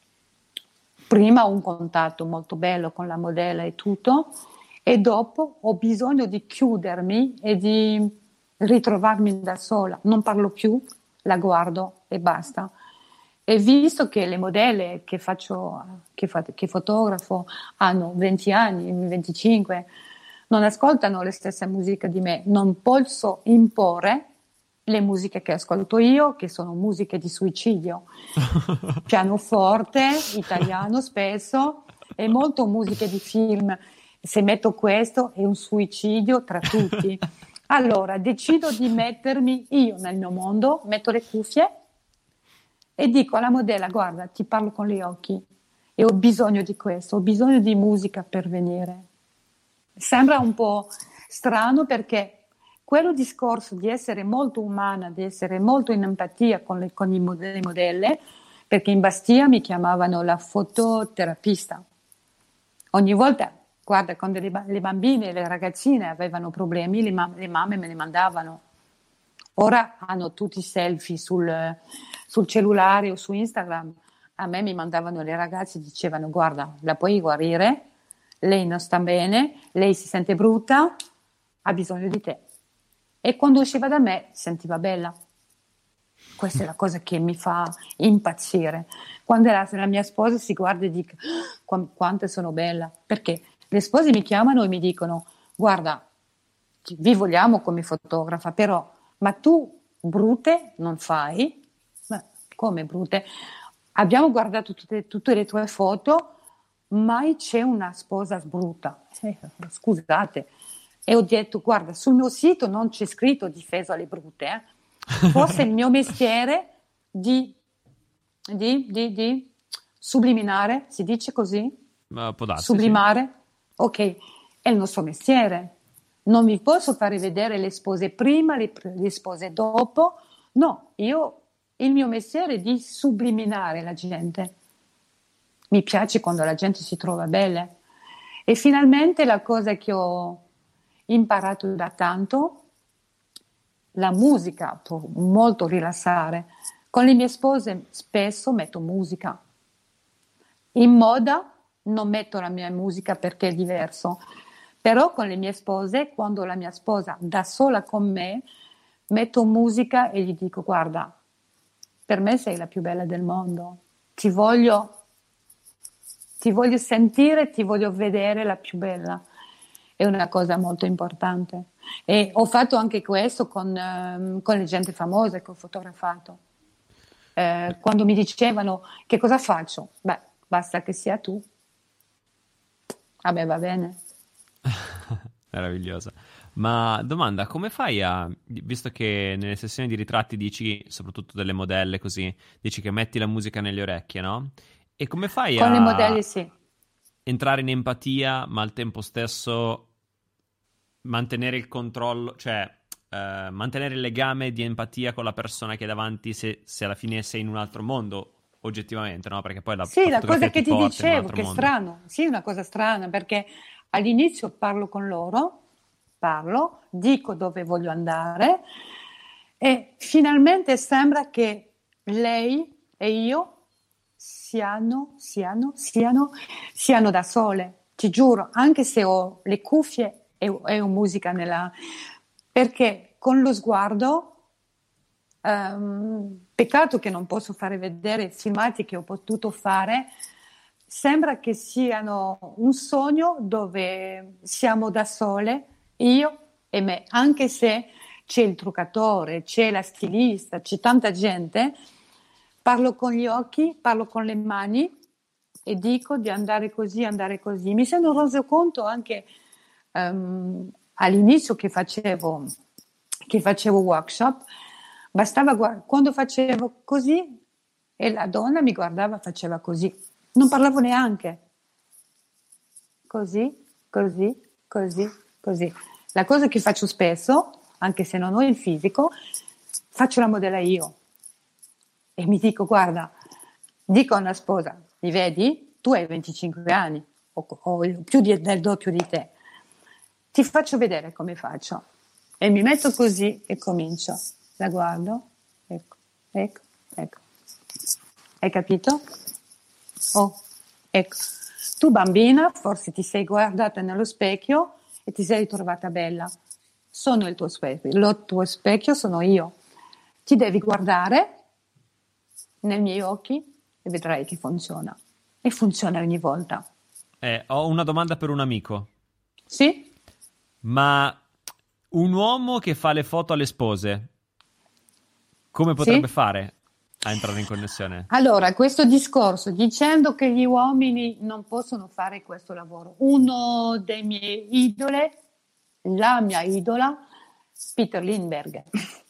S2: prima ho un contatto molto bello con la modella e tutto, e dopo ho bisogno di chiudermi e di ritrovarmi da sola. Non parlo più, la guardo e basta. E visto che le modelle che faccio, che, fa- che fotografo hanno venti anni, venticinque, non ascoltano la stessa musica di me, non posso imporre le musiche che ascolto io, che sono musiche di suicidio. Pianoforte, italiano spesso, e molto musiche di film. Se metto questo è un suicidio tra tutti. Allora decido di mettermi io nel mio mondo, metto le cuffie e dico alla modella: guarda, ti parlo con gli occhi e ho bisogno di questo, ho bisogno di musica per venire. Sembra un po' strano perché quello discorso di essere molto umana, di essere molto in empatia con le, con i mod- le modelle, perché in Bastia mi chiamavano la fototerapista. Ogni volta, guarda, quando le, ba- le bambine e le ragazzine avevano problemi, le, mam- le mamme me ne mandavano. Ora hanno tutti i selfie sul, sul cellulare o su Instagram. A me mi mandavano le ragazze e dicevano: guarda, la puoi guarire, lei non sta bene, lei si sente brutta, ha bisogno di te. E quando usciva da me si sentiva bella. Questa è la cosa che mi fa impazzire. Quando la, la mia sposa si guarda e dice: "Ah, qua- quanto sono bella", perché le spose mi chiamano e mi dicono: guarda, vi vogliamo come fotografa, però, ma tu brutte non fai? Ma come brutte? Abbiamo guardato tutte, tutte le tue foto, mai c'è una sposa brutta. Eh, scusate. E ho detto: guarda, sul mio sito non c'è scritto difeso alle brutte, eh. Forse il mio mestiere di, di, di, di subliminare, si dice così?
S1: Ma può darsi, sì.
S2: Sublimare? Ok, è il nostro mestiere. Non vi posso fare vedere le spose prima, le, le spose dopo. No, io, il mio mestiere è di subliminare la gente. Mi piace quando la gente si trova bella. E finalmente la cosa che ho imparato da tanto, la musica può molto rilassare. Con le mie spose spesso metto musica. In moda non metto la mia musica perché è diverso. Però con le mie spose, quando la mia sposa da sola con me, metto musica e gli dico: guarda, per me sei la più bella del mondo, ti voglio, ti voglio sentire, ti voglio vedere la più bella. È una cosa molto importante. E ho fatto anche questo con, ehm, con le gente famose che ho fotografato. Eh, quando mi dicevano che cosa faccio? Beh, basta che sia tu. A me va bene.
S1: Meravigliosa. Ma domanda, come fai a, visto che nelle sessioni di ritratti dici, soprattutto delle modelle così, dici che metti la musica nelle orecchie, no? E come fai
S2: Con le
S1: a
S2: modelle sì.
S1: entrare in empatia, ma al tempo stesso mantenere il controllo, cioè eh, mantenere il legame di empatia con la persona che è davanti se, se alla fine sei in un altro mondo, oggettivamente, no? Perché poi la,
S2: Sì,
S1: la
S2: la cosa
S1: fotografia
S2: che
S1: ti
S2: ti
S1: porta in un
S2: dicevo,
S1: altro
S2: che è
S1: mondo.
S2: strano, sì, una cosa strana, perché all'inizio parlo con loro, parlo, dico dove voglio andare e finalmente sembra che lei e io siano, siano, siano, siano da sole, ti giuro, anche se ho le cuffie e, e ho musica nella... perché con lo sguardo... Um, peccato che non posso fare vedere filmati che ho potuto fare. Sembra che siano un sogno dove siamo da sole, io e me, anche se c'è il truccatore, c'è la stilista, c'è tanta gente. Parlo con gli occhi, parlo con le mani e dico di andare così, andare così. Mi sono reso conto anche um, all'inizio che facevo, che facevo workshop. Bastava guard- quando facevo così e la donna mi guardava, faceva così, non parlavo neanche. Così, così, così, così. La cosa che faccio spesso, anche se non ho il fisico, faccio la modella io e mi dico: guarda, dico a una sposa, mi vedi? Tu hai venticinque anni, o, o più di, del doppio di te. Ti faccio vedere come faccio. E mi metto così e comincio. La guardo, ecco, ecco, ecco. Hai capito? Oh, ecco. Tu bambina forse ti sei guardata nello specchio e ti sei ritrovata bella. Sono il tuo specchio, il tuo specchio sono io. Ti devi guardare nei miei occhi e vedrai che funziona. E funziona ogni volta.
S1: Eh, ho una domanda per un amico.
S2: Sì?
S1: Ma un uomo che fa le foto alle spose, come potrebbe
S2: Sì?
S1: fare a entrare in connessione?
S2: Allora, questo discorso dicendo che gli uomini non possono fare questo lavoro. Uno dei miei idoli, la mia idola, Peter Lindbergh.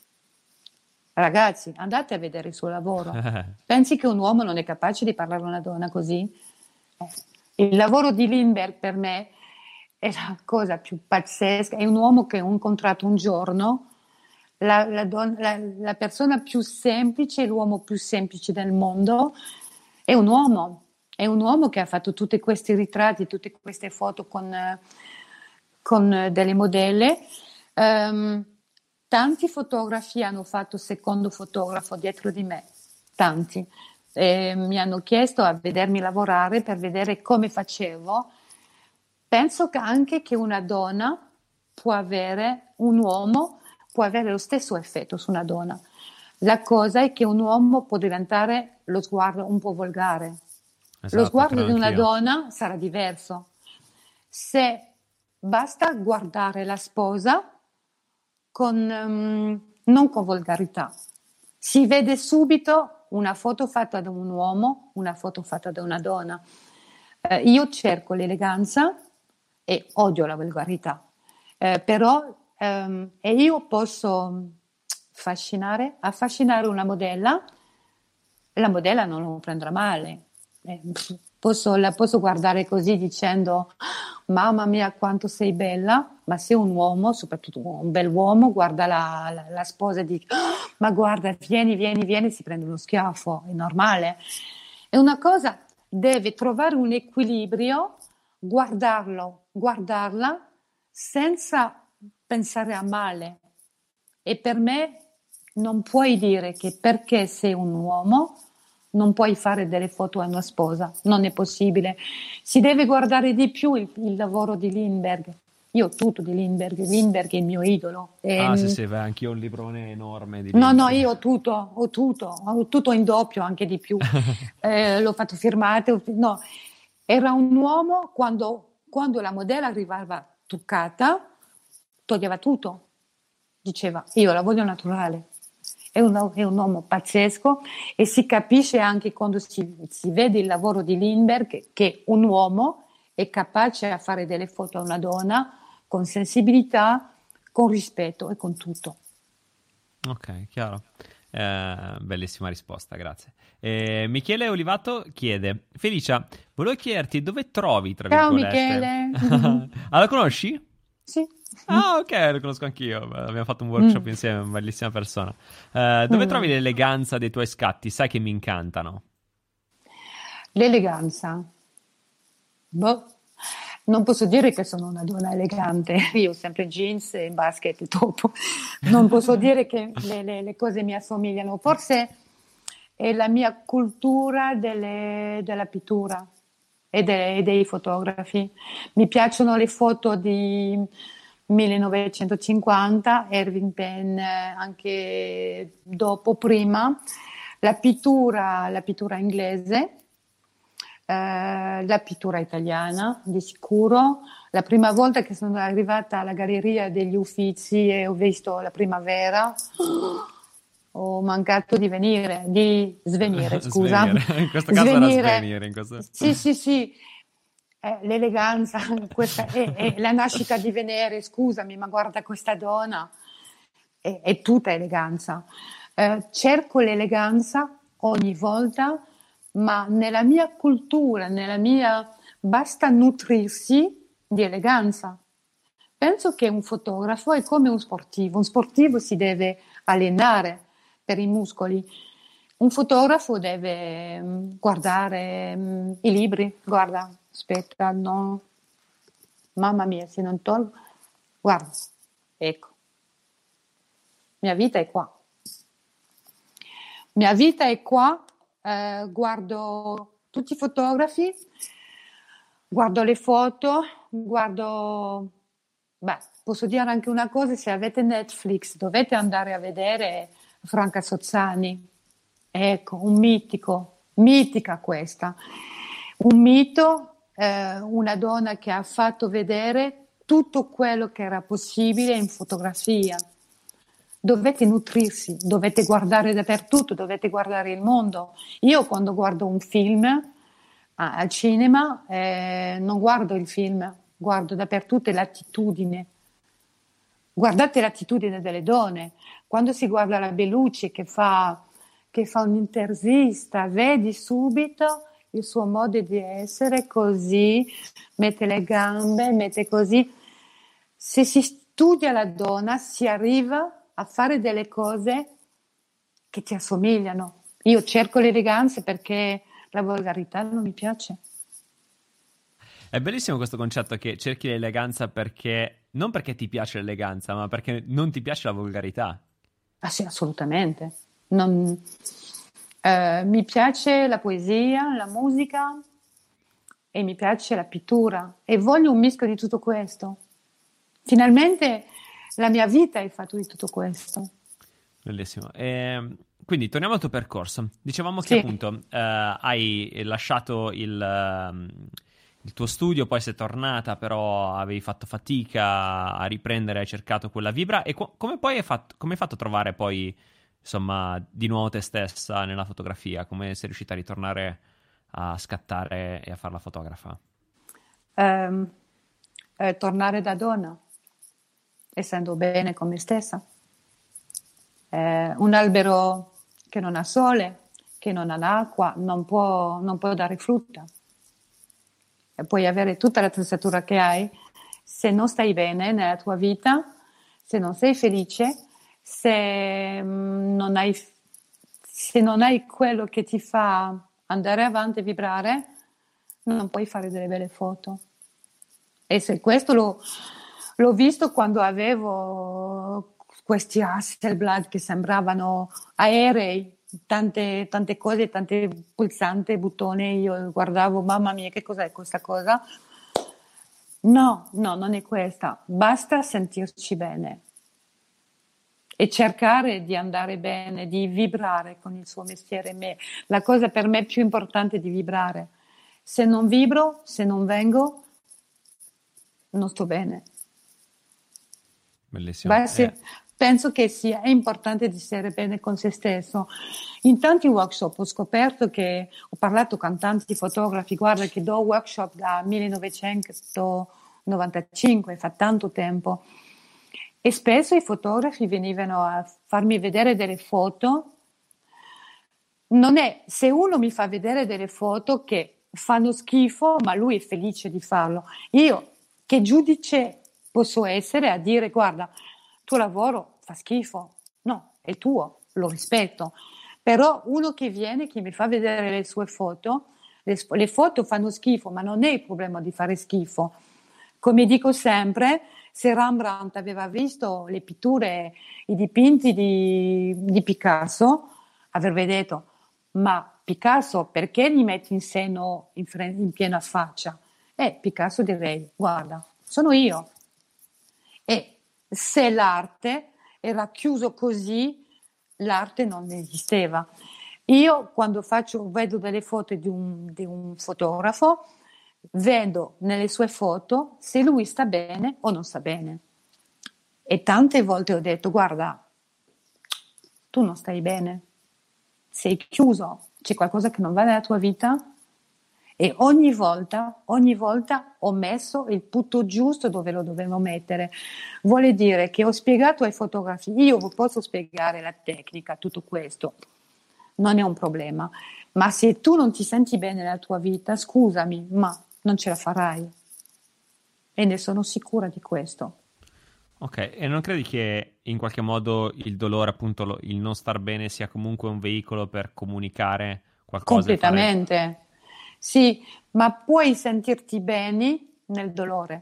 S2: Ragazzi, andate a vedere il suo lavoro. Pensi che un uomo non è capace di parlare a una donna così? Eh. Il lavoro di Lindbergh per me è la cosa più pazzesca. È un uomo che ho incontrato un giorno, la, la, don- la, la persona più semplice, l'uomo più semplice del mondo. È un uomo, è un uomo che ha fatto tutti questi ritratti, tutte queste foto con, eh, con eh, delle modelle. Um, tanti fotografi hanno fatto secondo fotografo dietro di me, tanti. E mi hanno chiesto a vedermi lavorare per vedere come facevo. Penso che anche che una donna può avere, un uomo può avere lo stesso effetto su una donna. La cosa è che un uomo può diventare lo sguardo un po' volgare.
S1: Esatto,
S2: Lo sguardo
S1: credo
S2: di una
S1: anch'io.
S2: donna sarà diverso. Se basta guardare la sposa con, um, non con volgarità. Si vede subito una foto fatta da un uomo, una foto fatta da una donna. Eh, io cerco l'eleganza e odio la volgarità, eh, però ehm, e io posso affascinare, affascinare una modella e la modella non lo prenderà male. Eh, posso, la posso guardare così dicendo: mamma mia quanto sei bella, ma se un uomo, soprattutto un bel uomo, guarda la, la, la sposa e dice: ma guarda, vieni, vieni, vieni, si prende uno schiaffo, è normale. È una cosa, deve trovare un equilibrio, guardarlo, guardarla senza pensare a male. E per me non puoi dire che perché sei un uomo Non puoi fare delle foto a una sposa, non è possibile. Si deve guardare di più il, il lavoro di Lindbergh. Io ho tutto di Lindbergh, Lindbergh è il mio idolo.
S1: Ah, sì,
S2: E,
S1: sì, beh, anch'io ho un librone enorme di
S2: no, no,
S1: Lindbergh.
S2: io ho tutto, ho tutto, ho tutto in doppio, anche di più. Eh, l'ho fatto firmare. No, era un uomo quando, quando la modella arrivava truccata, toglieva tutto. Diceva, io la voglio naturale. È un, è un uomo pazzesco e si capisce anche quando si, si vede il lavoro di Lindbergh che un uomo è capace a fare delle foto a una donna con sensibilità, con rispetto e con tutto.
S1: Ok, chiaro. Eh, bellissima risposta, grazie. Eh, Michele Olivato chiede: Felicia, volevo chiederti dove trovi, tra
S2: Ciao
S1: virgolette.
S2: Michele!
S1: Ah, la conosci?
S2: Sì.
S1: Ah, ok, lo conosco anch'io. Beh, abbiamo fatto un workshop
S2: Mm.
S1: insieme, una bellissima persona. Eh, dove trovi
S2: Mm.
S1: l'eleganza dei tuoi scatti? Sai che mi incantano.
S2: L'eleganza. Boh. Non posso dire che sono una donna elegante, io ho sempre jeans e basket e top. Non posso dire che le, le- le cose mi assomigliano. Forse è la mia cultura delle- della pittura e, de- e dei fotografi. Mi piacciono le foto di millenovecentocinquanta, Irving Penn, eh, anche dopo, prima, la pittura, la pittura inglese, eh, la pittura italiana di sicuro. La prima volta che sono arrivata alla Galleria degli Uffizi e ho visto la primavera, ho mancato di venire, di svenire, scusa.
S1: Svenire. In questo caso era
S2: Svenire.
S1: svenire. In questo...
S2: Sì, sì, sì. Eh, l'eleganza, questa è, è la nascita di Venere, scusami, ma guarda questa donna, è, è tutta eleganza. Eh, cerco l'eleganza ogni volta, ma nella mia cultura, nella mia, basta nutrirsi di eleganza. Penso che un fotografo è come un sportivo, un sportivo si deve allenare per i muscoli. Un fotografo deve mm, guardare mm, i libri, guarda, aspetta, no, mamma mia, se non tolgo, guarda, ecco, mia vita è qua. Mia vita è qua, eh, guardo tutti i fotografi, guardo le foto, guardo, beh, posso dire anche una cosa, se avete Netflix dovete andare a vedere Franca Sozzani, ecco, un mitico, mitica questa, un mito, eh, una donna che ha fatto vedere tutto quello che era possibile in fotografia. Dovete nutrirsi, dovete guardare dappertutto, dovete guardare il mondo. Io quando guardo un film ah, al cinema eh, non guardo il film, guardo dappertutto l'attitudine. Guardate l'attitudine delle donne. Quando si guarda la Bellucci che fa, che fa un'intervista, vedi subito il suo modo di essere così, mette le gambe, mette così. Se si studia la donna si arriva a fare delle cose che ti assomigliano. Io cerco l'eleganza perché la volgarità non mi piace.
S1: È bellissimo questo concetto che cerchi l'eleganza perché non perché ti piace l'eleganza, ma perché non ti piace la volgarità.
S2: Ah sì, assolutamente. Non, eh, mi piace la poesia, la musica e mi piace la pittura e voglio un mischio di tutto questo. Finalmente la mia vita è fatta di tutto questo.
S1: Bellissimo. E, quindi torniamo al tuo percorso. Dicevamo che
S2: Sì.
S1: appunto eh, hai lasciato il, ehm, il tuo studio, poi sei tornata, però avevi fatto fatica a riprendere, hai cercato quella vibra. E co- come poi hai fatto, come hai fatto a trovare poi, insomma, di nuovo te stessa nella fotografia? Come sei riuscita a ritornare a scattare e a fare la fotografa?
S2: Ehm, eh, tornare da donna, essendo bene con me stessa. Eh, un albero che non ha sole, che non ha acqua, non può, non può dare frutta. E puoi avere tutta l'attrezzatura che hai, se non stai bene nella tua vita, se non sei felice, se mm, non hai, se non hai quello che ti fa andare avanti e vibrare, non puoi fare delle belle foto. E se questo lo, l'ho visto quando avevo questi Hasselblad che sembravano aerei, tante, tante cose, tante pulsanti, bottoni, io guardavo, mamma mia, che cos'è questa cosa? No, no, non è questa, basta sentirci bene e cercare di andare bene, di vibrare con il suo mestiere. Me- La cosa per me più importante è di vibrare. Se non vibro, se non vengo, non sto bene.
S1: Bellissimo.
S2: Beh, sì,
S1: Eh,
S2: penso che sia è importante di stare bene con se stesso. In tanti workshop ho scoperto che ho parlato con tanti fotografi, guarda che do workshop da millenovecentonovantacinque, fa tanto tempo, e spesso i fotografi venivano a farmi vedere delle foto. Non è se uno mi fa vedere delle foto che fanno schifo, ma lui è felice di farlo. Io, che giudice posso essere a dire, guarda, tuo lavoro fa schifo? No, è tuo, lo rispetto. Però uno che viene, che mi fa vedere le sue foto, le, le foto fanno schifo, ma non è il problema di fare schifo. Come dico sempre, se Rembrandt aveva visto le pitture, i dipinti di, di Picasso, avrebbe detto, ma Picasso perché gli metti in seno in, fre- in piena faccia? E Picasso direi, guarda, sono io. E se l'arte era chiuso così, l'arte non esisteva. Io quando faccio, vedo delle foto di un, di un fotografo, vedo nelle sue foto se lui sta bene o non sta bene. E tante volte ho detto, guarda, tu non stai bene, sei chiuso, c'è qualcosa che non va nella tua vita? E ogni volta, ogni volta ho messo il punto giusto dove lo dovevo mettere. Vuole dire che ho spiegato ai fotografi, io posso spiegare la tecnica, tutto questo, non è un problema, ma se tu non ti senti bene nella tua vita, scusami, ma non ce la farai. E ne sono sicura di questo.
S1: ok, e non credi che in qualche modo il dolore, appunto, lo- il non star bene sia comunque un veicolo per comunicare qualcosa e fare...
S2: Completamente. Sì, ma puoi sentirti bene nel dolore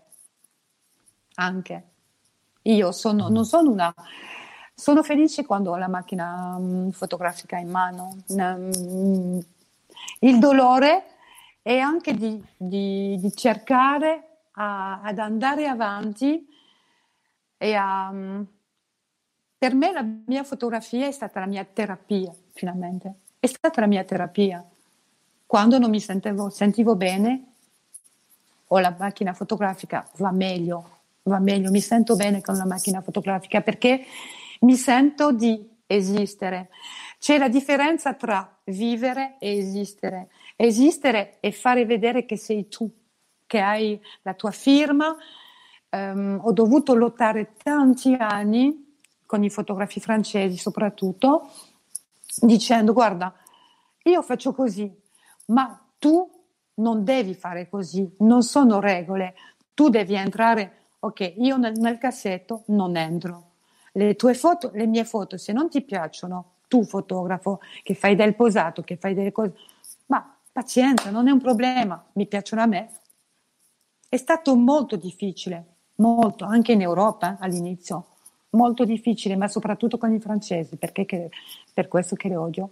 S2: anche. Io sono, non sono una... Sono felice quando ho la macchina mm, fotografica in mano. Mm, il dolore è anche di, di- di cercare a- ad andare avanti e a... mm, per me la mia fotografia è stata la mia terapia, finalmente. È stata la mia terapia. Quando non mi sentivo, sentivo bene, o la macchina fotografica va meglio, va meglio, mi sento bene con la macchina fotografica perché mi sento di esistere. C'è la differenza tra vivere e esistere. Esistere è fare vedere che sei tu, che hai la tua firma. Um, ho dovuto lottare tanti anni con i fotografi francesi soprattutto, dicendo guarda, io faccio così, ma tu non devi fare così, non sono regole, tu devi entrare, ok, io nel, nel cassetto non entro. Le tue foto, le mie foto, se non ti piacciono, tu fotografo che fai del posato, che fai delle cose, ma pazienza, non è un problema, mi piacciono a me. È stato molto difficile, molto, anche in Europa eh, all'inizio, molto difficile, ma soprattutto con i francesi, perché che, per questo che li odio.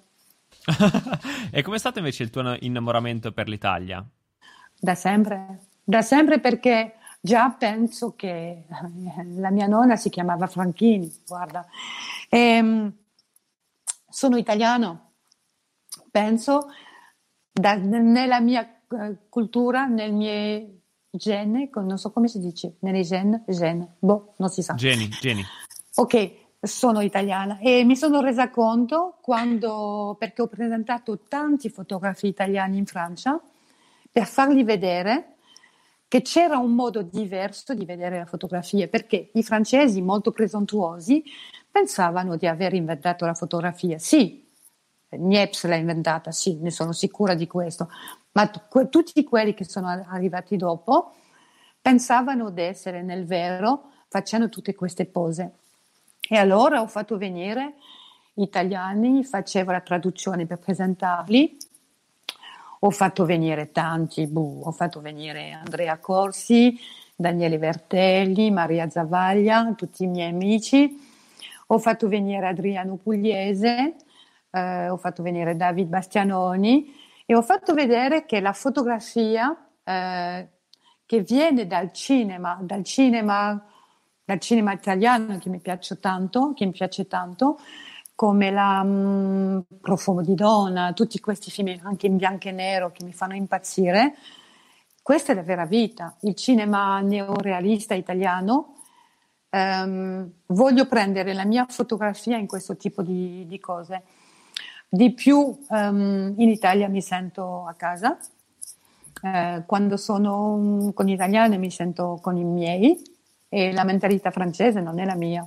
S1: E com'è stato invece il tuo innamoramento per l'Italia?
S2: Da sempre, da sempre perché già penso che la mia nonna si chiamava Franchini, guarda. E, sono italiano, penso, da, nella mia eh, cultura, nel mio gene, non so come si dice, nelle gene, gene, boh, non si sa.
S1: Geni, Geni.
S2: Ok, sono italiana e mi sono resa conto quando, perché ho presentato tanti fotografi italiani in Francia, per fargli vedere che c'era un modo diverso di vedere la fotografia, perché i francesi, molto presuntuosi, pensavano di aver inventato la fotografia. Sì, Niepce l'ha inventata, sì, ne sono sicura di questo, ma t- tutti quelli che sono arrivati dopo pensavano di essere nel vero facendo tutte queste pose. E allora ho fatto venire italiani, facevo la traduzione per presentarli, ho fatto venire tanti, buh, ho fatto venire Andrea Corsi, Daniele Vertelli, Maria Zavaglia, tutti i miei amici, ho fatto venire Adriano Pugliese, eh, ho fatto venire David Bastianoni e ho fatto vedere che la fotografia eh, che viene dal cinema, dal cinema, dal cinema italiano che mi piace tanto, che mi piace tanto, come la mh, Profumo di donna, tutti questi film anche in bianco e nero che mi fanno impazzire. Questa è la vera vita, il cinema neorealista italiano. Um, voglio prendere la mia fotografia in questo tipo di, di cose. Di più um, in Italia mi sento a casa, uh, quando sono con gli italiani mi sento con i miei e la mentalità francese non è la mia.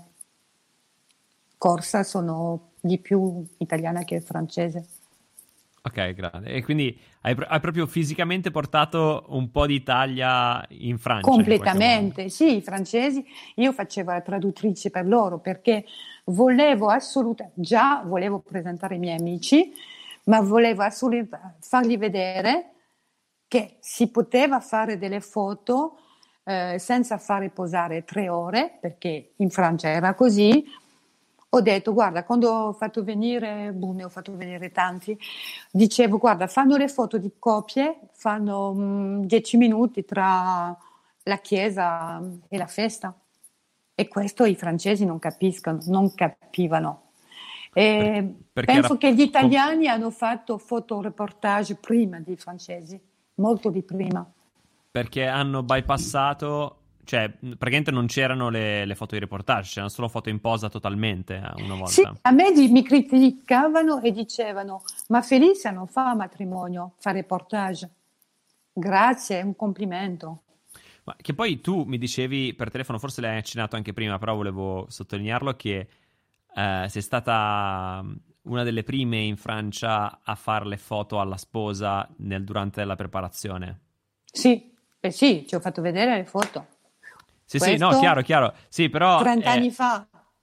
S2: Corsa sono di più italiana che francese.
S1: Ok, grande. E quindi hai, hai proprio fisicamente portato un po' d'Italia in Francia?
S2: Completamente, in sì, i francesi. Io facevo la traduttrice per loro perché volevo assolutamente, già volevo presentare i miei amici, ma volevo assolutamente fargli vedere che si poteva fare delle foto eh, senza fare posare tre ore, perché in Francia era così. Ho detto, guarda, quando ho fatto venire, boh, ne ho fatto venire tanti, dicevo, guarda, fanno le foto di coppie, fanno mh, dieci minuti tra la chiesa e la festa. E questo i francesi non capiscono, non capivano. E
S1: Per,
S2: penso
S1: era...
S2: che gli italiani hanno fatto fotoreportage prima dei francesi, molto di prima.
S1: Perché hanno bypassato... Cioè, praticamente non c'erano le, le foto di reportage, c'erano solo foto in posa totalmente una volta.
S2: Sì, a me di, mi criticavano e dicevano, ma Felicia non fa matrimonio, fa reportage. Grazie, è un complimento.
S1: Ma che poi tu mi dicevi per telefono, forse l'hai accennato anche prima, però volevo sottolinearlo, che eh, sei stata una delle prime in Francia a fare le foto alla sposa nel, durante la preparazione.
S2: Sì, eh sì, ci ho fatto vedere le foto.
S1: Sì,
S2: Questo,
S1: sì, no, chiaro, chiaro. Sì, però...
S2: trenta
S1: è...
S2: anni fa.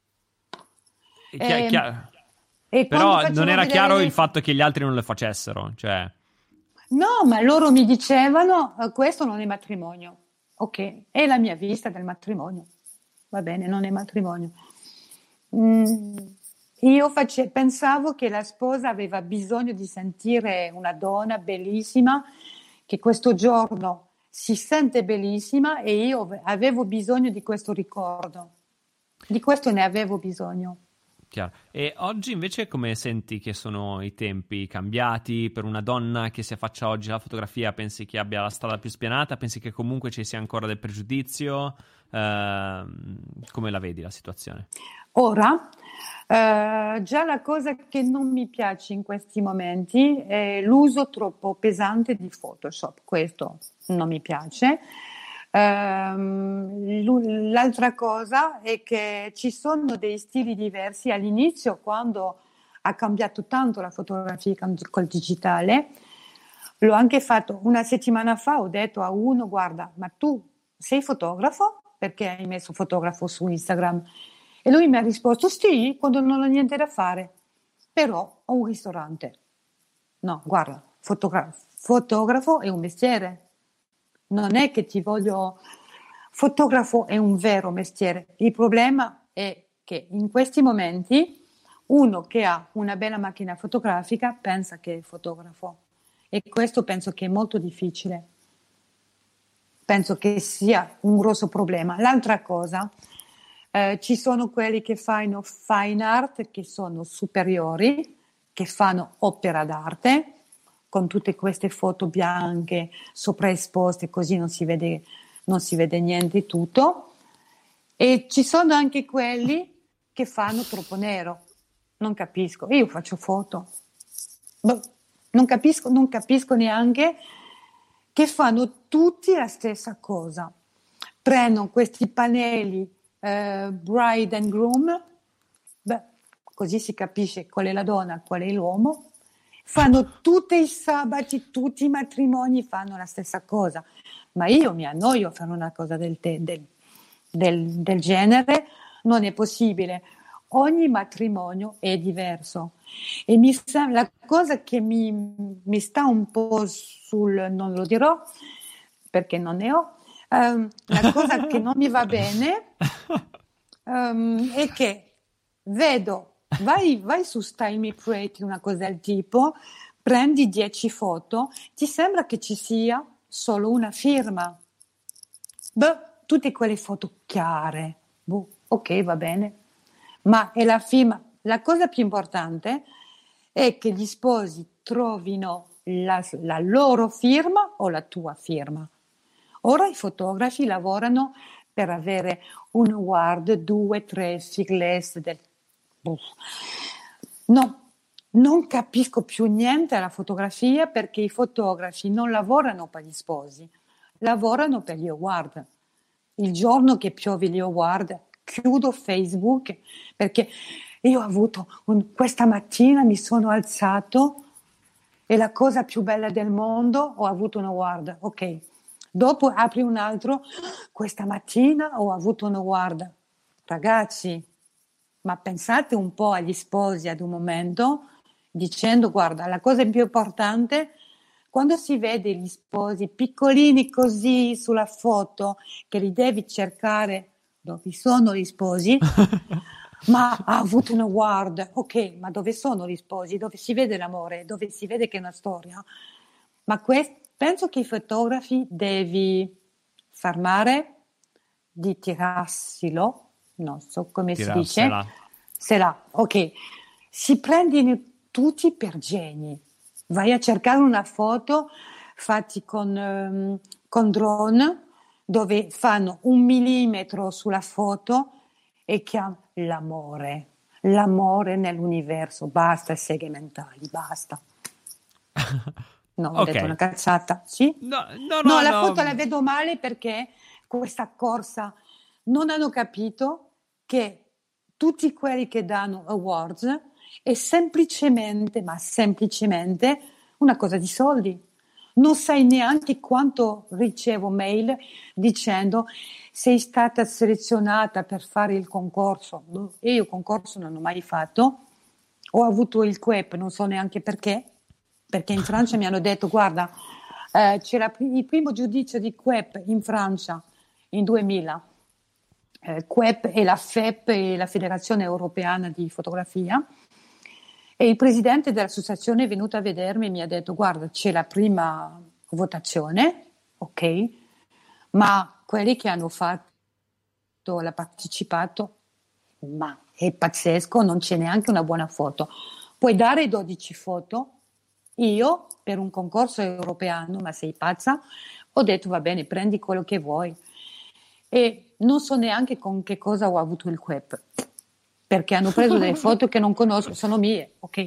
S1: Chia-
S2: E,
S1: chiaro.
S2: e
S1: Però non era chiaro
S2: le...
S1: il fatto che gli altri non le facessero, cioè...
S2: No, ma loro mi dicevano, questo non è matrimonio. Ok, è la mia vista del matrimonio. Va bene, non è matrimonio. Mm, io face... pensavo che la sposa aveva bisogno di sentire una donna bellissima, che questo giorno si sente bellissima e io avevo bisogno di questo ricordo. Di questo ne avevo bisogno.
S1: Chiaro. E oggi invece come senti che sono i tempi cambiati? Per una donna che si affaccia oggi alla fotografia, pensi che abbia la strada più spianata? Pensi che comunque ci sia ancora del pregiudizio? Eh, come la vedi la situazione?
S2: Ora, eh, già la cosa che non mi piace in questi momenti è l'uso troppo pesante di Photoshop. Questo non mi piace. Um, l'altra cosa è che ci sono dei stili diversi. All'inizio, quando ha cambiato tanto la fotografia col digitale, l'ho anche fatto una settimana fa, ho detto a uno, guarda, ma tu sei fotografo? Perché hai messo fotografo su Instagram? E lui mi ha risposto, sì, quando non ho niente da fare, però ho un ristorante. No, guarda, fotogra- fotografo è un mestiere. Non è che ti voglio... Fotografo è un vero mestiere. Il problema è che in questi momenti uno che ha una bella macchina fotografica pensa che è fotografo e questo penso che è molto difficile. Penso che sia un grosso problema. L'altra cosa, eh, ci sono quelli che fanno fine art, che sono superiori, che fanno opera d'arte, con tutte queste foto bianche sopraesposte, così non si vede, non si vede niente tutto. E ci sono anche quelli che fanno troppo nero. Non capisco. Io faccio foto. Non capisco, non capisco neanche che fanno tutti la stessa cosa. Prendono questi pannelli eh, bride and groom, beh, così si capisce qual è la donna, qual è l'uomo. Fanno tutti i sabati, tutti i matrimoni fanno la stessa cosa, ma io mi annoio a fare una cosa del, te, del, del, del genere, non è possibile. Ogni matrimonio è diverso e mi sa, la cosa che mi, mi sta un po' sul, non lo dirò perché non ne ho, um, la cosa che non mi va bene um, è che vedo vai, vai su Style Me Pretty, una cosa del tipo, prendi dieci foto, ti sembra che ci sia solo una firma. Beh, tutte quelle foto chiare, boh, ok, va bene, ma è la firma. La cosa più importante è che gli sposi trovino la, la loro firma o la tua firma. Ora i fotografi lavorano per avere un award, due, tre, sigles del... No, non capisco più niente alla fotografia perché i fotografi non lavorano per gli sposi, lavorano per gli award. Il giorno che piove gli award chiudo Facebook perché io ho avuto un, questa mattina mi sono alzato e la cosa più bella del mondo, ho avuto un award, ok. Dopo apri un altro, questa mattina ho avuto un award. Ragazzi, ma pensate un po' agli sposi ad un momento dicendo guarda, la cosa più importante quando si vede gli sposi piccolini così sulla foto che li devi cercare dove sono gli sposi ma ha avuto un award, ok, ma dove sono gli sposi? Dove si vede l'amore? Dove si vede che è una storia? Ma quest- penso che i fotografi devi fermare di tirarselo, non so come si dice,
S1: Tirarsela.
S2: se la, ok, si prendono tutti per geni. Vai a cercare una foto fatti con, ehm, con drone dove fanno un millimetro sulla foto e che ha l'amore, l'amore nell'universo, basta seghe mentali, basta. No, ho
S1: Ok.
S2: detto una cazzata, sì?
S1: No, no,
S2: No,
S1: no,
S2: la
S1: no.
S2: foto la vedo male perché questa corsa non hanno capito che tutti quelli che danno awards è semplicemente, ma semplicemente una cosa di soldi. Non sai neanche quanto ricevo mail dicendo sei stata selezionata per fare il concorso. E io il concorso non ho mai fatto. Ho avuto il Q E P, non so neanche perché, perché in Francia mi hanno detto guarda, eh, c'era il primo giudizio di Q E P in Francia in duemila. Eh, Q E P è la F E P, è la Federazione Europea di Fotografia. E il presidente dell'associazione è venuto a vedermi e mi ha detto guarda c'è la prima votazione, ok, ma quelli che hanno fatto, l'ha partecipato, ma è pazzesco, non c'è neanche una buona foto. Puoi dare dodici foto, io per un concorso europeo, ma sei pazza, ho detto va bene, prendi quello che vuoi. E non so neanche con che cosa ho avuto il Q E P. Perché hanno preso delle foto che non conosco, sono mie, ok?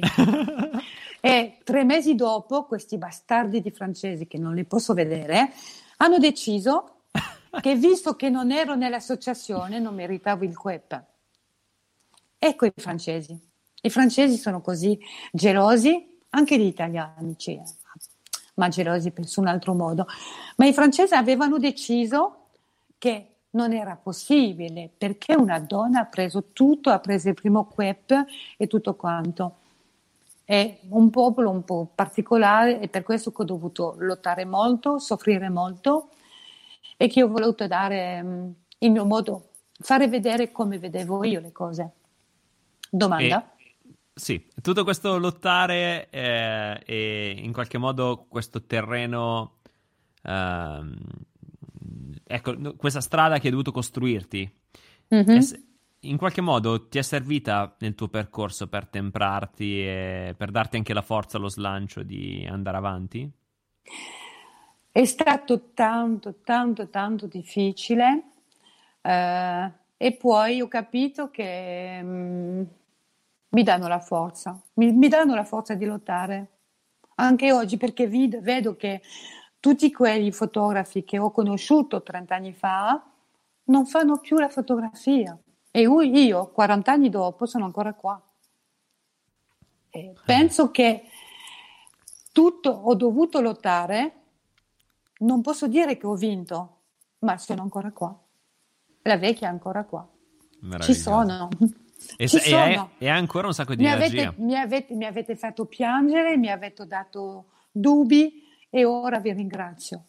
S2: E tre mesi dopo, questi bastardi di francesi, che non li posso vedere, hanno deciso che visto che non ero nell'associazione, non meritavo il Q E P. Ecco i francesi. I francesi sono così gelosi, anche gli italiani, cioè, ma gelosi per su un altro modo. Ma i francesi avevano deciso che non era possibile perché una donna ha preso tutto, ha preso il primo Q E P e tutto quanto. È un popolo un po' particolare e per questo che ho dovuto lottare molto, soffrire molto e che ho voluto dare um, il mio modo, fare vedere come vedevo io le cose. Domanda?
S1: E, sì, tutto questo lottare eh, e in qualche modo questo terreno, ehm, ecco, questa strada che hai dovuto costruirti,
S2: Mm-hmm.
S1: è- in qualche modo ti è servita nel tuo percorso per temprarti e per darti anche la forza, lo slancio di andare avanti?
S2: È stato tanto, tanto, tanto difficile eh, e poi ho capito che mm, mi danno la forza, mi, mi danno la forza di lottare. Anche oggi perché vid- vedo che tutti quei fotografi che ho conosciuto trenta anni fa non fanno più la fotografia e io, io quaranta anni dopo, sono ancora qua. E penso che tutto ho dovuto lottare, non posso dire che ho vinto, ma sono ancora qua. La vecchia è ancora qua. Ci
S1: Meraviglioso.
S2: sono.
S1: E,
S2: Ci
S1: se- e hai,
S2: sono.
S1: e hai ancora un sacco di
S2: Mi
S1: energia.
S2: avete, mi, avete, mi avete fatto piangere, mi avete dato dubbi e ora vi ringrazio.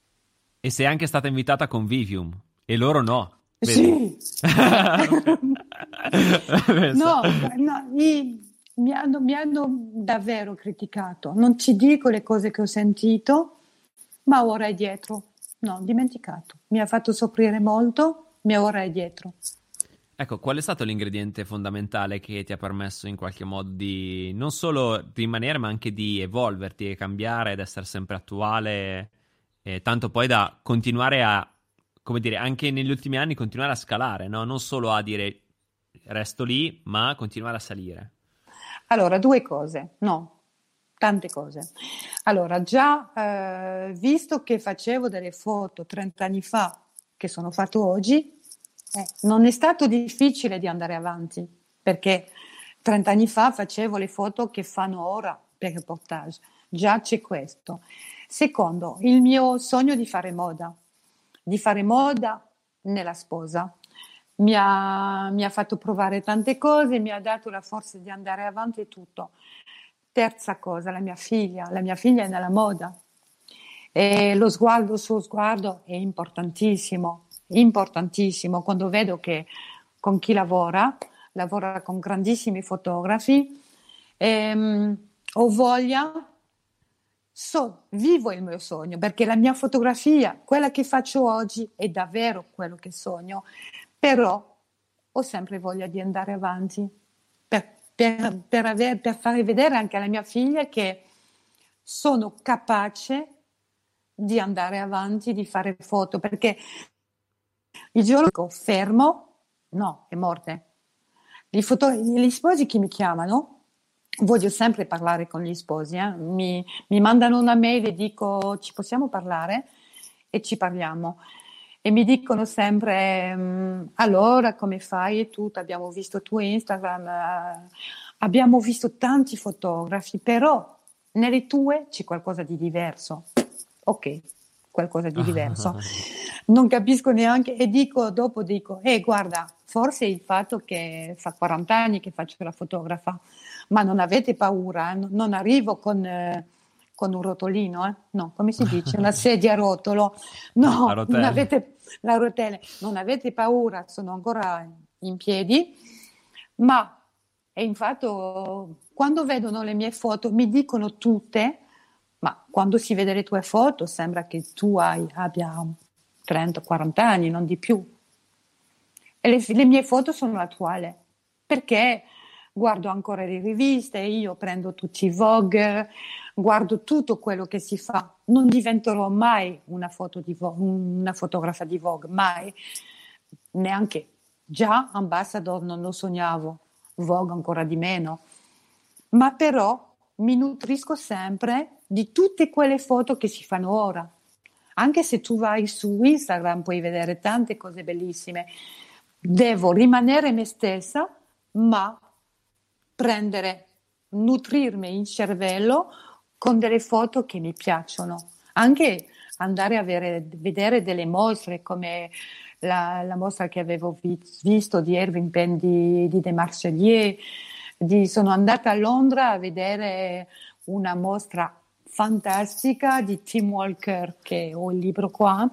S1: E sei anche stata invitata a Convivium e loro no, vedi?
S2: Sì. No, no, i- mi hanno, mi hanno davvero criticato. Non ti dico le cose che ho sentito, ma ora è dietro. No, dimenticato. Mi ha fatto soffrire molto, ma ora è dietro.
S1: Ecco, qual è stato l'ingrediente fondamentale che ti ha permesso in qualche modo di non solo rimanere, ma anche di evolverti e cambiare ed essere sempre attuale, eh, tanto poi da continuare a, come dire, anche negli ultimi anni continuare a scalare, no? Non solo a dire resto lì, ma continuare a salire.
S2: Allora, due cose, no, tante cose. Allora, già eh, visto che facevo delle foto trenta anni fa, che sono fatto oggi, eh, non è stato difficile di andare avanti, perché trenta anni fa facevo le foto che fanno ora per reportage. Già c'è questo. Secondo, il mio sogno di fare moda, di fare moda nella sposa. Mi ha, mi ha fatto provare tante cose, mi ha dato la forza di andare avanti e tutto. Terza cosa, la mia figlia. La mia figlia è nella moda e lo sguardo, il suo sguardo è importantissimo, importantissimo. Quando vedo che con chi lavora, lavora con grandissimi fotografi, ehm, ho voglia, so, vivo il mio sogno, perché la mia fotografia, quella che faccio oggi, è davvero quello che sogno, però ho sempre voglia di andare avanti per, per, per, aver, per fare vedere anche alla mia figlia che sono capace di andare avanti, di fare foto, perché il giorno che fermo, no, è morte. Gli, foto- gli sposi che mi chiamano, voglio sempre parlare con gli sposi, eh? mi, mi mandano una mail e dico ci possiamo parlare e ci parliamo. E mi dicono sempre, mm, allora come fai e tutto, abbiamo visto tu Instagram, eh, abbiamo visto tanti fotografi, però nelle tue c'è qualcosa di diverso. Ok, qualcosa di diverso. Non capisco neanche e dico, dopo dico, eh guarda, forse il fatto che fa quaranta anni che faccio la fotografa, ma non avete paura, eh? Non arrivo con... Eh, con un rotolino, eh? No, come si dice? Una sedia a rotolo.
S1: La
S2: No, non
S1: rotella.
S2: avete la rotella, non avete paura, sono ancora in piedi, ma e infatti quando vedono le mie foto mi dicono tutte, ma quando si vede le tue foto sembra che tu hai, abbia trenta quaranta anni, non di più. E le, le mie foto sono attuali, perché guardo ancora le riviste, io prendo tutti i Vogue, guardo tutto quello che si fa. Non diventerò mai una, foto di Vogue, una fotografa di Vogue, mai. Neanche. Già Ambassador non lo sognavo, Vogue ancora di meno. Ma però mi nutrisco sempre di tutte quelle foto che si fanno ora. Anche se tu vai su Instagram puoi vedere tante cose bellissime. Devo rimanere me stessa, ma prendere, nutrirmi il cervello con delle foto che mi piacciono. Anche andare a vedere, vedere delle mostre come la, la mostra che avevo vi, visto di Irving Penn di, di De Marcellier. Di, sono andata a Londra a vedere una mostra fantastica di Tim Walker, che ho il libro qua,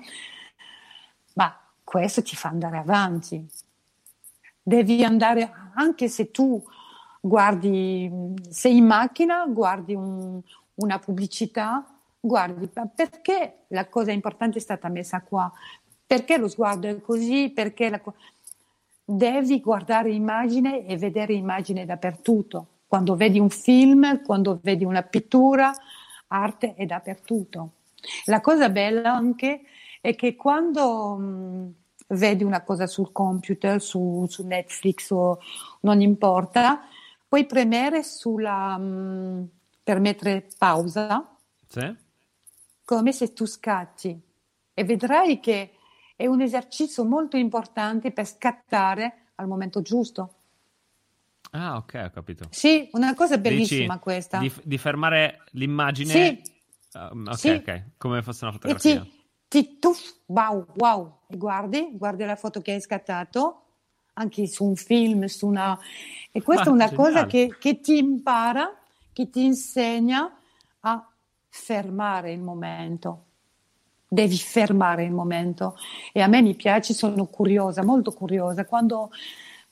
S2: ma questo ti fa andare avanti. Devi andare, anche se tu guardi, sei in macchina, guardi un, una pubblicità, guardi, perché la cosa importante è stata messa qua? Perché lo sguardo è così? Perché la, devi guardare immagine e vedere immagine dappertutto. Quando vedi un film, quando vedi una pittura, arte è dappertutto. La cosa bella anche è che quando mh, vedi una cosa sul computer, su, su Netflix o non importa, puoi premere sulla mh, per mettere pausa,
S1: Sì?
S2: come se tu scatti e vedrai che è un esercizio molto importante per scattare al momento giusto.
S1: Ah, ok, ho capito.
S2: Sì, una cosa bellissima
S1: Dici
S2: questa.
S1: di, di fermare l'immagine.
S2: Sì,
S1: um, ok,
S2: sì,
S1: ok, come fosse una
S2: e
S1: fotografia.
S2: ti, ti tuff, wow, wow, e guardi, guardi la foto che hai scattato, anche su un film, su una... E questa è
S1: Ah,
S2: una cosa
S1: geniale.
S2: che, che ti impara, che ti insegna a fermare il momento. Devi fermare il momento. E a me mi piace, sono curiosa, molto curiosa. Quando,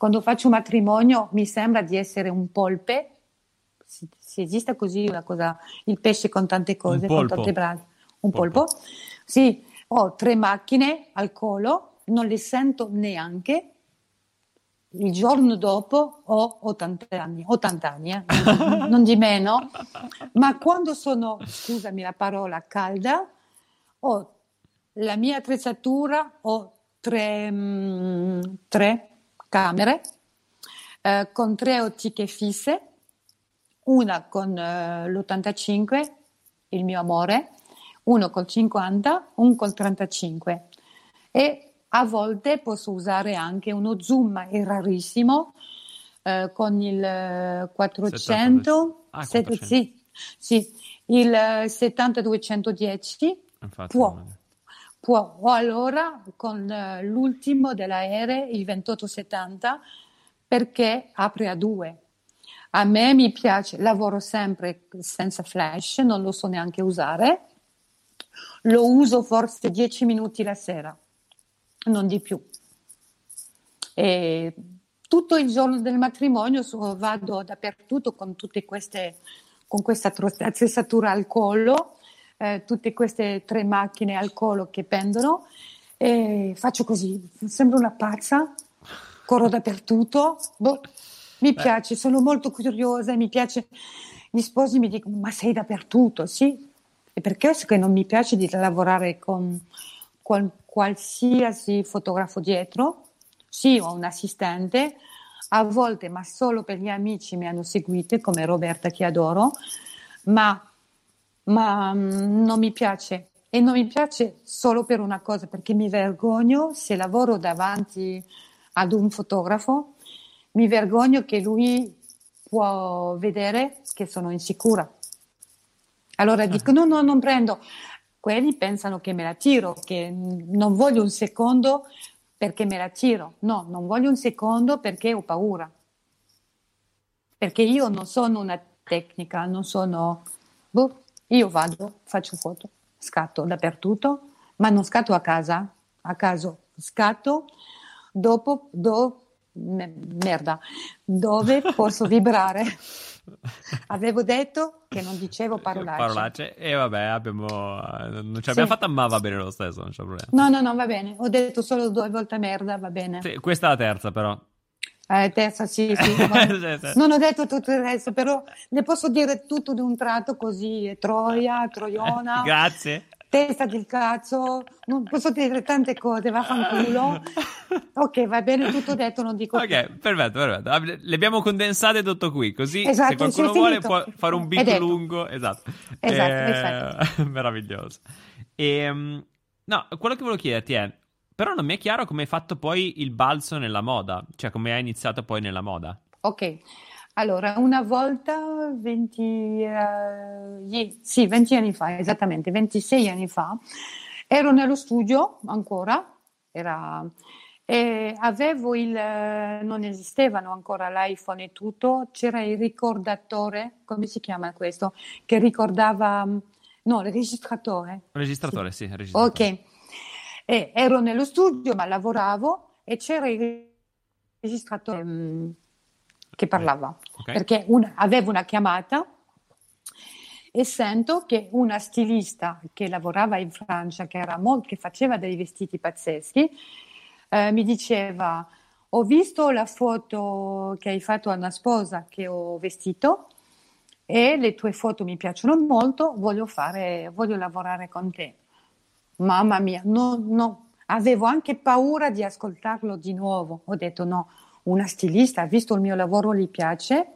S2: quando faccio un matrimonio mi sembra di essere un polpe, se, se esiste così una cosa, il pesce con tante cose, con tante braccia, un polpo. polpo. Sì, ho tre macchine al collo, non le sento neanche. Il giorno dopo ho ottanta anni, ottanta anni eh, non, non di meno, ma quando sono, scusami la parola, calda, ho la mia attrezzatura, ho tre, mh, tre camere eh, con tre ottiche fisse, una con eh, l'ottantacinque, il mio amore, uno col cinquanta, un col trentacinque e a volte posso usare anche uno zoom, è rarissimo, eh, con il quattrocento,
S1: ah,
S2: set, sì, sì, il settanta duecentodieci può, può, o allora con l'ultimo dell'aereo, il ventotto settanta, perché apre a due. A me mi piace, lavoro sempre senza flash, non lo so neanche usare, lo uso forse dieci minuti la sera. Non di più. E tutto il giorno del matrimonio so, vado dappertutto con tutte queste, con questa attrezzatura al collo, eh, tutte queste tre macchine al collo che pendono e faccio così, sembro una pazza, corro dappertutto, boh, mi Beh. piace, sono molto curiosa, mi piace, gli sposi mi dicono ma sei dappertutto, sì, e perché che non mi piace di lavorare con, con qualsiasi fotografo dietro, sì, ho un assistente, a volte, ma solo per gli amici mi hanno seguite, come Roberta che adoro, ma, ma mh, non mi piace. E non mi piace solo per una cosa, perché mi vergogno se lavoro davanti ad un fotografo, mi vergogno che lui può vedere che sono insicura. Allora dico, no, no, non prendo. Quelli pensano che me la tiro, che non voglio un secondo perché me la tiro. No, non voglio un secondo perché ho paura. Perché io non sono una tecnica, non sono... Boh, io vado, faccio foto, scatto dappertutto, ma non scatto a casa, a caso. Scatto dopo, do, merda, dove posso vibrare. Avevo detto che non dicevo parolacce.
S1: Parolacce e vabbè, abbiamo non ce l'abbiamo sì. fatta, ma va bene lo stesso, non c'è problema.
S2: No, no, no, va bene. Ho detto solo due volte merda, va bene.
S1: Sì, questa è la terza, però.
S2: Eh, terza, sì, sì. Non, non ho detto tutto il resto, però le posso dire tutto di un tratto così. Troia, Troiona.
S1: Grazie.
S2: Testa del cazzo, non posso dire tante cose, vaffanculo. Ok, va bene, tutto detto, non dico
S1: Ok,
S2: più.
S1: perfetto, perfetto. Le abbiamo condensate tutto qui, così
S2: esatto,
S1: se qualcuno vuole può fare un beat lungo. Esatto.
S2: Esatto,
S1: eh, meraviglioso. E, no, quello che volevo chiederti è, però non mi è chiaro come hai fatto poi il balzo nella moda, cioè come hai iniziato poi nella moda.
S2: Ok. Allora, una volta, venti, uh, sì, venti anni fa, esattamente, ventisei anni fa, ero nello studio ancora, era, e avevo il, non esistevano ancora l'iPhone e tutto, c'era il ricordatore, come si chiama questo, che ricordava, no, il registratore.
S1: Registratore, sì, sì registratore.
S2: Ok, e ero nello studio, ma lavoravo e c'era il registratore... Mh, che parlava, okay. Perché un, avevo una chiamata e sento che una stilista che lavorava in Francia, che, era molto, che faceva dei vestiti pazzeschi, eh, mi diceva: ho visto la foto che hai fatto a una sposa che ho vestito e le tue foto mi piacciono molto, voglio, fare, voglio lavorare con te. Mamma mia, no, no. Avevo anche paura di ascoltarlo di nuovo, ho detto no. Una stilista, ha visto il mio lavoro, gli piace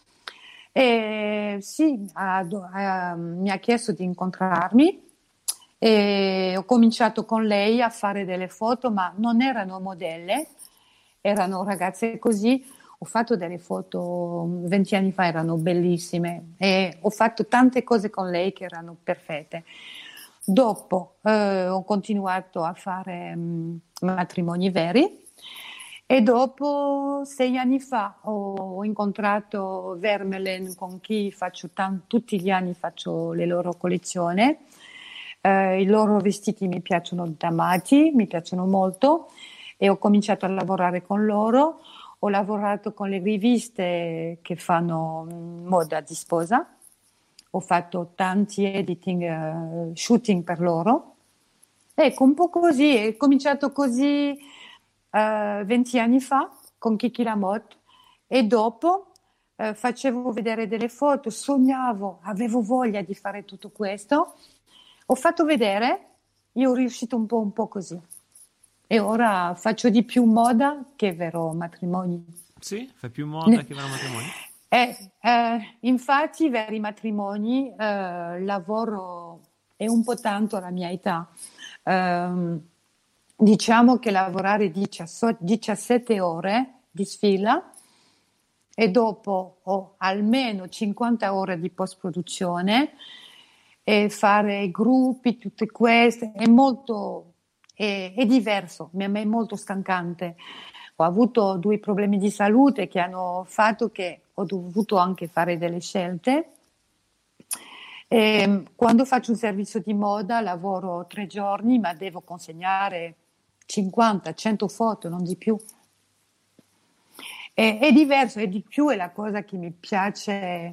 S2: e sì, ha, ha, mi ha chiesto di incontrarmi e ho cominciato con lei a fare delle foto, ma non erano modelle, erano ragazze così. Ho fatto delle foto venti anni fa, erano bellissime e ho fatto tante cose con lei che erano perfette. Dopo eh, ho continuato a fare mh, matrimoni veri. E dopo sei anni fa ho incontrato Vermeulen, con chi faccio t- tutti gli anni faccio le loro collezioni. Eh, I loro vestiti mi piacciono damati, mi piacciono molto e ho cominciato a lavorare con loro. ho lavorato con le riviste che fanno mm, moda di sposa, ho fatto tanti editing, eh, shooting per loro. Ecco, un po' così, è cominciato così eh, venti anni fa con Kiki Lamotte e dopo eh, facevo vedere delle foto, sognavo, avevo voglia di fare tutto questo. Ho fatto vedere, io ho riuscito un po', un po' così. E ora faccio di più moda che vero matrimoni.
S1: Sì, fai più moda che vero matrimonio?
S2: Eh, eh, infatti, i veri matrimoni eh, lavoro è un po' tanto alla mia età. Ehm, diciamo che lavorare diciassette ore di sfila e dopo ho almeno cinquanta ore di post-produzione e fare gruppi, tutte queste, è molto, è, è diverso, mi è molto stancante. Ho avuto due problemi di salute che hanno fatto che ho dovuto anche fare delle scelte. E quando faccio un servizio di moda lavoro tre giorni, ma devo consegnare cinquanta cento foto, non di più. E, è diverso, è di più, è la cosa che mi piace,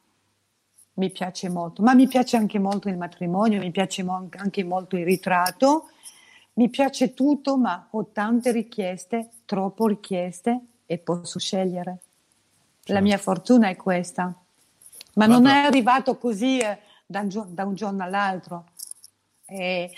S2: mi piace molto. Ma mi piace anche molto il matrimonio, mi piace mo- anche molto il ritratto, mi piace tutto, ma ho tante richieste, troppo richieste e posso scegliere. La
S1: Certo.
S2: mia fortuna è questa. Ma
S1: Guarda-
S2: non è arrivato così eh, da, un gio- da un giorno all'altro. E,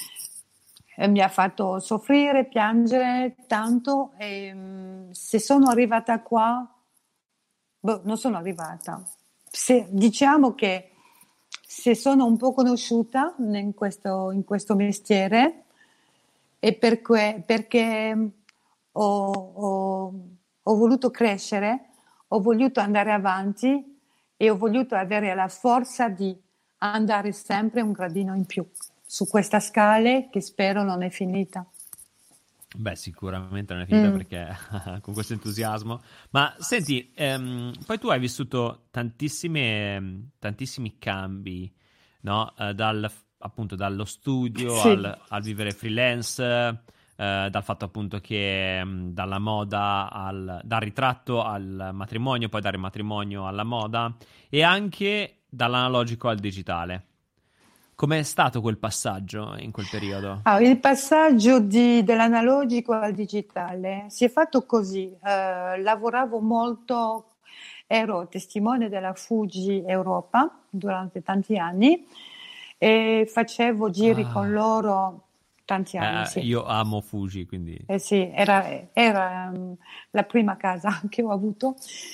S2: e mi ha fatto soffrire, piangere tanto. E, mm, se sono arrivata qua, boh, non sono arrivata. Se, diciamo che se sono un po' conosciuta in questo, in questo mestiere è perché, perché ho, ho, ho voluto crescere, ho voluto andare avanti e ho voluto avere la forza di andare sempre un gradino in più su questa scala che spero non è finita.
S1: Beh, sicuramente non è finita
S2: Mm.
S1: perché con questo entusiasmo. Ma senti, ehm, poi tu hai vissuto tantissime, tantissimi cambi, no? Eh, dal, appunto dallo studio
S2: Sì.
S1: al, al vivere freelance, eh, dal fatto appunto che mh, dalla moda al, dal ritratto al matrimonio, poi dal matrimonio alla moda e anche dall'analogico al digitale. Com'è stato quel passaggio in quel periodo?
S2: Ah, il passaggio di- dall'analogico al digitale si è fatto così. Eh, lavoravo molto, ero testimone della Fuji Europa durante tanti anni e facevo giri con
S1: Ah.
S2: loro tanti anni,
S1: Eh,
S2: sì.
S1: io amo Fuji, quindi
S2: Eh sì, era, era, mm, la prima casa che ho avuto.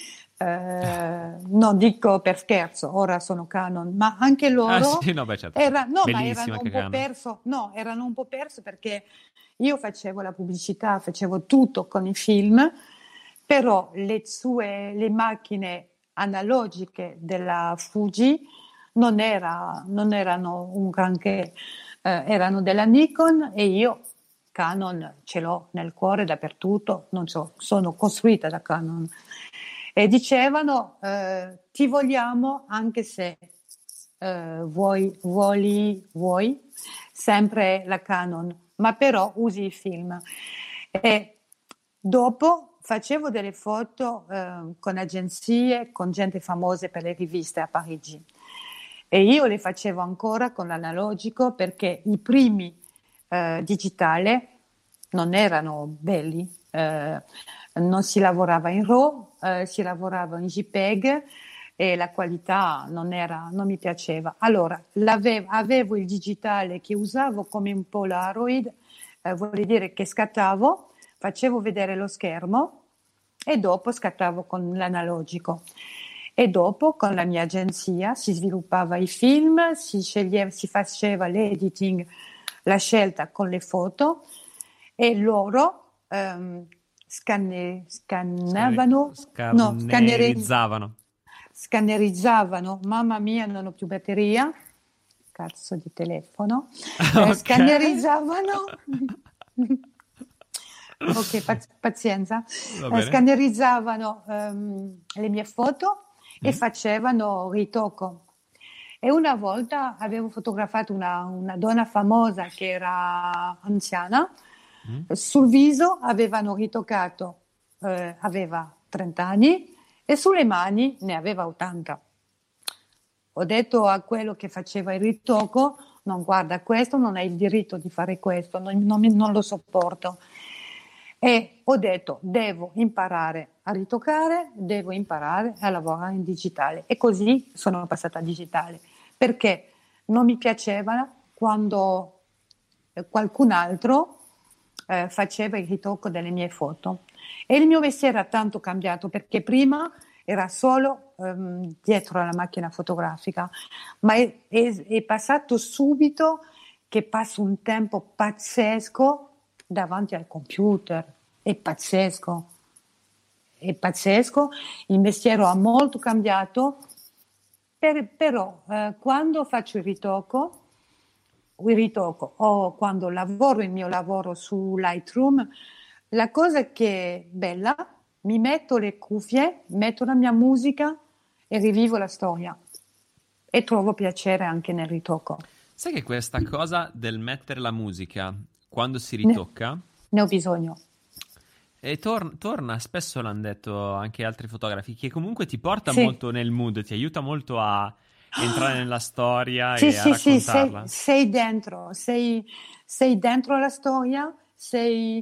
S2: Eh, non dico per scherzo, ora sono Canon, ma anche
S1: ah
S2: loro
S1: sì, no, beh, certo, certo.
S2: era, no, ma
S1: Bellissima
S2: erano
S1: che
S2: un po'
S1: Canon.
S2: perso, no, erano un po' perso perché io facevo la pubblicità, facevo tutto con i film, però le sue, le macchine analogiche della Fuji non, era, non erano un granché, eh, erano della Nikon e io Canon ce l'ho nel cuore dappertutto, non so, sono costruita da Canon. E dicevano eh, ti vogliamo anche se eh, vuoi, vuoi, vuoi, sempre la Canon, ma però usi il film. E dopo facevo delle foto eh, con agenzie, con gente famosa per le riviste a Parigi. E io le facevo ancora con l'analogico perché i primi eh, digitali non erano belli. Eh, non si lavorava in RAW, eh, si lavorava in JPEG e la qualità non, era, non mi piaceva. Allora, avevo il digitale che usavo come un Polaroid, eh, vuol dire che scattavo, facevo vedere lo schermo e dopo scattavo con l'analogico. E dopo con la mia agenzia si sviluppava i film, si, sceglieva, si faceva l'editing, la scelta con le foto e loro ehm, scanne, scannavano, no, scanneriz-
S1: Scannerizzavano.
S2: scannerizzavano, mamma mia non ho più batteria, cazzo di telefono, eh,
S1: Ok.
S2: scannerizzavano, ok, paz- pazienza,
S1: Va
S2: eh,
S1: bene.
S2: scannerizzavano ehm, le mie foto e
S1: Mm.
S2: facevano ritocco. E una volta avevo fotografato una, una donna famosa che era anziana,
S1: Mm.
S2: sul viso avevano ritoccato eh, aveva trenta anni e sulle mani ne aveva ottanta. Ho detto a quello che faceva il ritocco: non, guarda, questo non hai il diritto di fare questo, non, non, non lo sopporto. E ho detto: devo imparare a ritoccare, devo imparare a lavorare in digitale. E così sono passata a digitale, perché non mi piaceva quando qualcun altro eh, faceva il ritocco delle mie foto. E il mio mestiere ha tanto cambiato, perché prima era solo um, dietro alla macchina fotografica, ma è, è, è passato subito che passo un tempo pazzesco davanti al computer. È pazzesco, è pazzesco. Il mestiere ha molto cambiato, per, però eh, quando faccio il ritocco, il ritocco o quando lavoro il mio lavoro su Lightroom, la cosa che è bella, mi metto le cuffie, metto la mia musica e rivivo la storia e trovo piacere anche nel ritocco.
S1: Sai che questa cosa del mettere la musica quando si ritocca
S2: ne, ne ho bisogno.
S1: E tor- torna, spesso l'hanno detto anche altri fotografi, che comunque ti porta
S2: Sì.
S1: molto nel mood, ti aiuta molto a entrare nella storia
S2: sì,
S1: e
S2: sì,
S1: a
S2: sì,
S1: raccontarla.
S2: sei, sei dentro, sei, sei dentro la storia, sei,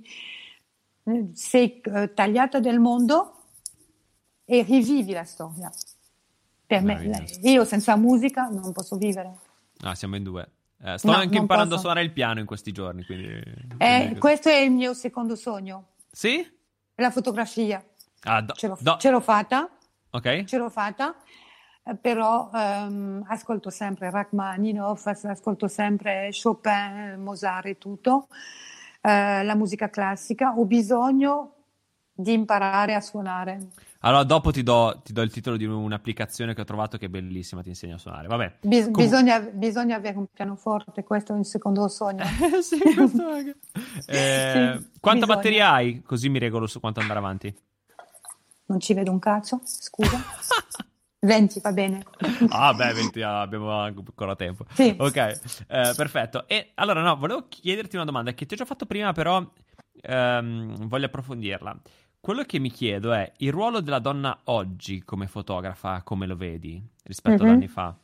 S2: sei uh, tagliata del mondo e rivivi la storia. Per me, io senza musica non posso vivere.
S1: Ah, siamo in due. Eh, sto
S2: No,
S1: anche imparando
S2: posso.
S1: a suonare il piano in questi giorni, quindi...
S2: Eh,
S1: quindi
S2: questo è il mio secondo sogno.
S1: Sì?
S2: La fotografia.
S1: Ah, do,
S2: ce, l'ho,
S1: do.
S2: ce l'ho fatta.
S1: Ok.
S2: Ce l'ho fatta. Però um, ascolto sempre Rachmaninoff, ascolto sempre Chopin, Mozart e tutto, uh, la musica classica. Ho bisogno di imparare a suonare.
S1: Allora dopo ti do, ti do il titolo di un'applicazione che ho trovato che è bellissima, ti insegna a suonare. Vabbè.
S2: Bis-
S1: Com-
S2: bisogna, bisogna avere un pianoforte, questo è il secondo sogno.
S1: sì, questo anche. Eh,
S2: Sì,
S1: quanta
S2: bisogna.
S1: batteria hai? Così mi regolo su quanto andare avanti.
S2: Non ci vedo un cazzo, scusa. venti va bene.
S1: Ah, beh, venti abbiamo ancora tempo.
S2: Sì.
S1: Ok, eh, perfetto. E allora, no, volevo chiederti una domanda che ti ho già fatto prima, però ehm, voglio approfondirla. Quello che mi chiedo è il ruolo della donna oggi come fotografa, come lo vedi rispetto
S2: Mm-hmm.
S1: ad anni fa?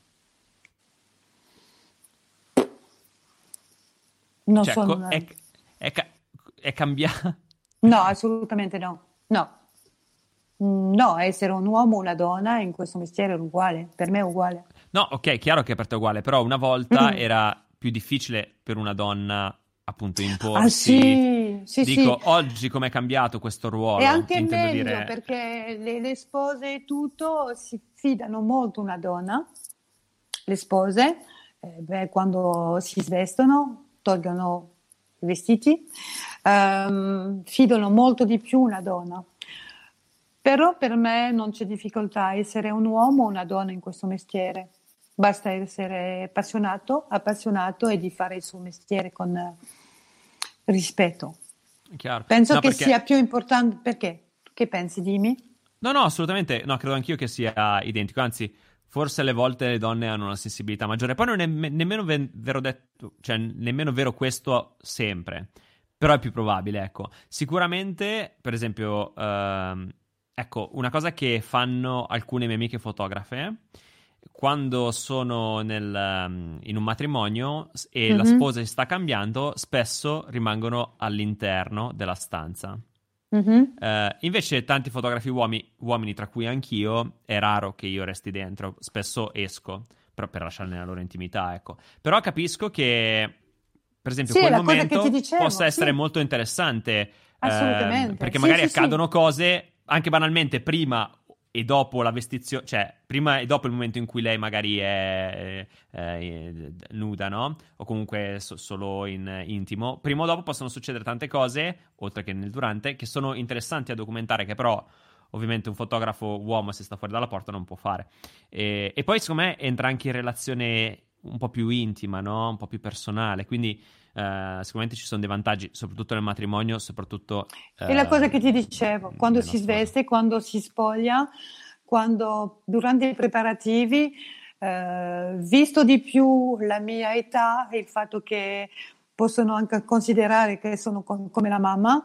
S2: Non
S1: cioè,
S2: sono
S1: co-
S2: una...
S1: è, è, ca- è cambiato?
S2: No, assolutamente no. No. No, essere un uomo o una donna in questo mestiere è uguale, per me è uguale.
S1: No, ok, chiaro che è per te uguale, però una volta
S2: Mm.
S1: era più difficile per una donna appunto imporsi.
S2: Ah sì, sì,
S1: Dico,
S2: sì.
S1: oggi com'è cambiato questo ruolo?
S2: È anche
S1: Intendo
S2: meglio
S1: dire...
S2: perché le, le spose e tutto si fidano molto una donna, le spose, eh, beh, quando si svestono, tolgono i vestiti, ehm, fidano molto di più una donna. Però per me non c'è difficoltà essere un uomo o una donna in questo mestiere. Basta essere appassionato, appassionato e di fare il suo mestiere con eh, rispetto.
S1: Chiaro.
S2: Penso
S1: No,
S2: che
S1: perché...
S2: sia più importante. Perché? Che pensi, dimmi?
S1: No, no, assolutamente. No, credo anch'io che sia identico. Anzi, forse alle volte le donne hanno una sensibilità maggiore. Poi non è me- nemmeno ve- vero detto, cioè nemmeno vero questo sempre. Però è più probabile, ecco. Sicuramente, per esempio, ehm, ecco, una cosa che fanno alcune mie amiche fotografe quando sono nel, um, in un matrimonio s- e la
S2: Mhm,
S1: sposa si sta cambiando, spesso rimangono all'interno della stanza.
S2: mhm.
S1: Eh, invece tanti fotografi uomini, uomini, tra cui anch'io, è raro che io resti dentro, spesso esco, però per lasciarne la loro intimità, ecco. Però capisco che, per esempio,
S2: Sì, è
S1: quel
S2: la cosa che ti
S1: momento
S2: dicevo,
S1: possa essere
S2: sì,
S1: molto interessante, ehm,
S2: assolutamente.
S1: perché
S2: Sì,
S1: magari
S2: sì, sì.
S1: accadono cose, anche banalmente, prima e dopo la vestizione, cioè prima e dopo il momento in cui lei magari è eh, eh, nuda, no? O comunque so- solo in intimo. Prima o dopo possono succedere tante cose, oltre che nel durante, che sono interessanti a documentare, che però ovviamente un fotografo uomo se sta fuori dalla porta non può fare. E, e poi secondo me entra anche in relazione un po' più intima, no? Un po' più personale, quindi eh, sicuramente ci sono dei vantaggi, soprattutto nel matrimonio, soprattutto
S2: È la cosa che ti
S1: ehm,
S2: dicevo, quando
S1: nella
S2: si
S1: sposa.
S2: sveste, quando si spoglia, quando durante i preparativi, eh, visto di più la mia età e il fatto che possono anche considerare che sono com- come la mamma,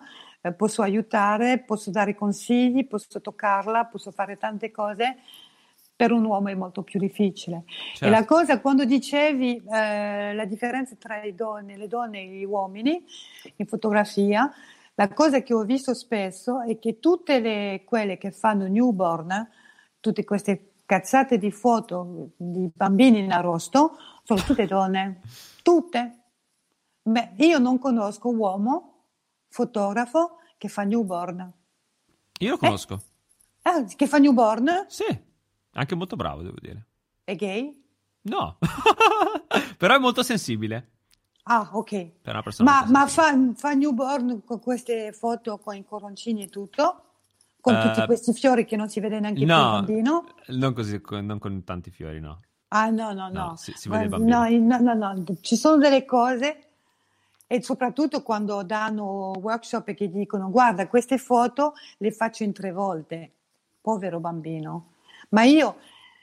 S2: eh, posso aiutare, posso dare consigli, posso toccarla, posso fare tante cose. Per un uomo è molto più difficile.
S1: Certo.
S2: E la cosa, quando dicevi eh, la differenza tra le donne, le donne e gli uomini in fotografia, la cosa che ho visto spesso è che tutte le, quelle che fanno newborn, tutte queste cazzate di foto di bambini in arrosto, sono tutte donne, tutte. Beh, io non conosco uomo fotografo che fa newborn.
S1: Io lo conosco.
S2: Eh? Eh, che fa newborn?
S1: Sì. Anche molto bravo, devo dire.
S2: È gay?
S1: No, però è molto sensibile.
S2: Ah, ok.
S1: Per una persona
S2: Ma,
S1: molto
S2: ma
S1: sensibile.
S2: fa, fa newborn con queste foto con i coroncini e tutto? Con
S1: Uh,
S2: tutti questi fiori che non si vede neanche più il
S1: No,
S2: bambino?
S1: non così, con- non con tanti fiori, no.
S2: Ah, no, no,
S1: No,
S2: no.
S1: si, si
S2: Ma-
S1: vede il bambino.
S2: no, no, no, no. Ci sono delle cose, e soprattutto quando danno workshop e che dicono guarda, queste foto le faccio in tre volte. Povero bambino. Ma io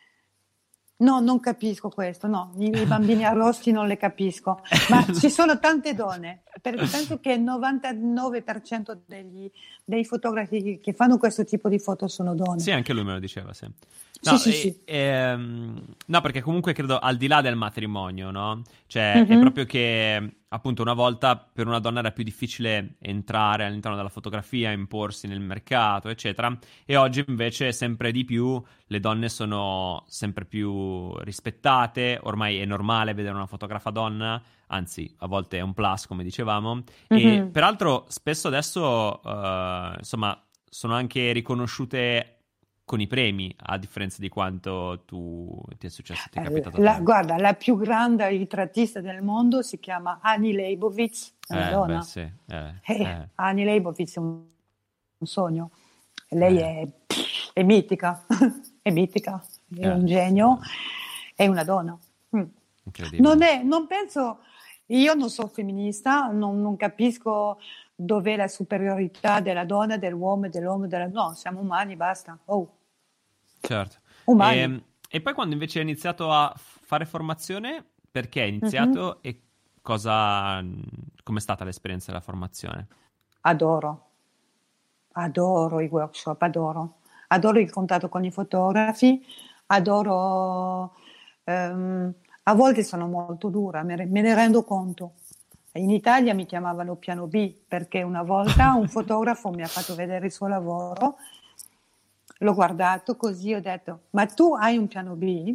S2: no, non capisco questo, no, i, i bambini arrosti non le capisco, ma ci sono tante donne, perché penso che il novantanove per cento degli, dei fotografi che fanno questo tipo di foto sono donne.
S1: Sì, anche lui me lo diceva, sì. No,
S2: sì, sì,
S1: e-
S2: sì.
S1: ehm, no, perché comunque credo al di là del matrimonio, no? Cioè, è
S2: Mhm.
S1: proprio che appunto una volta per una donna era più difficile entrare all'interno della fotografia, imporsi nel mercato, eccetera, e oggi invece sempre di più le donne sono sempre più rispettate, ormai è normale vedere una fotografa donna, anzi, a volte è un plus, come dicevamo, e
S2: Mhm.
S1: peraltro spesso adesso, eh, insomma, sono anche riconosciute con i premi, a differenza di quanto tu ti è successo, ti è
S2: Eh,
S1: capitato a
S2: la-
S1: te.
S2: guarda, la più grande ritrattista del mondo si chiama Annie Leibovitz, è una
S1: Eh,
S2: donna.
S1: beh, sì, eh,
S2: Eh,
S1: eh,
S2: Annie Leibovitz è un, un sogno. Lei
S1: eh,
S2: è, è mitica, è mitica, è
S1: eh,
S2: un genio, è una donna. Mm.
S1: incredibile.
S2: Non è, non penso, io non sono femminista, non, non capisco dov'è la superiorità della donna, dell'uomo, dell'uomo, della... No, siamo umani, basta. Oh,
S1: Certo.
S2: umani.
S1: E, e poi quando invece hai iniziato a f- fare formazione, perché hai
S2: Mhm.
S1: iniziato e cosa, com'è stata l'esperienza della formazione?
S2: Adoro, adoro i workshop, adoro. Adoro il contatto con i fotografi, adoro... ehm, a volte sono molto dura, me, me ne rendo conto. In Italia mi chiamavano piano B perché una volta un fotografo mi ha fatto vedere il suo lavoro, l'ho guardato così, ho detto, ma tu hai un piano B?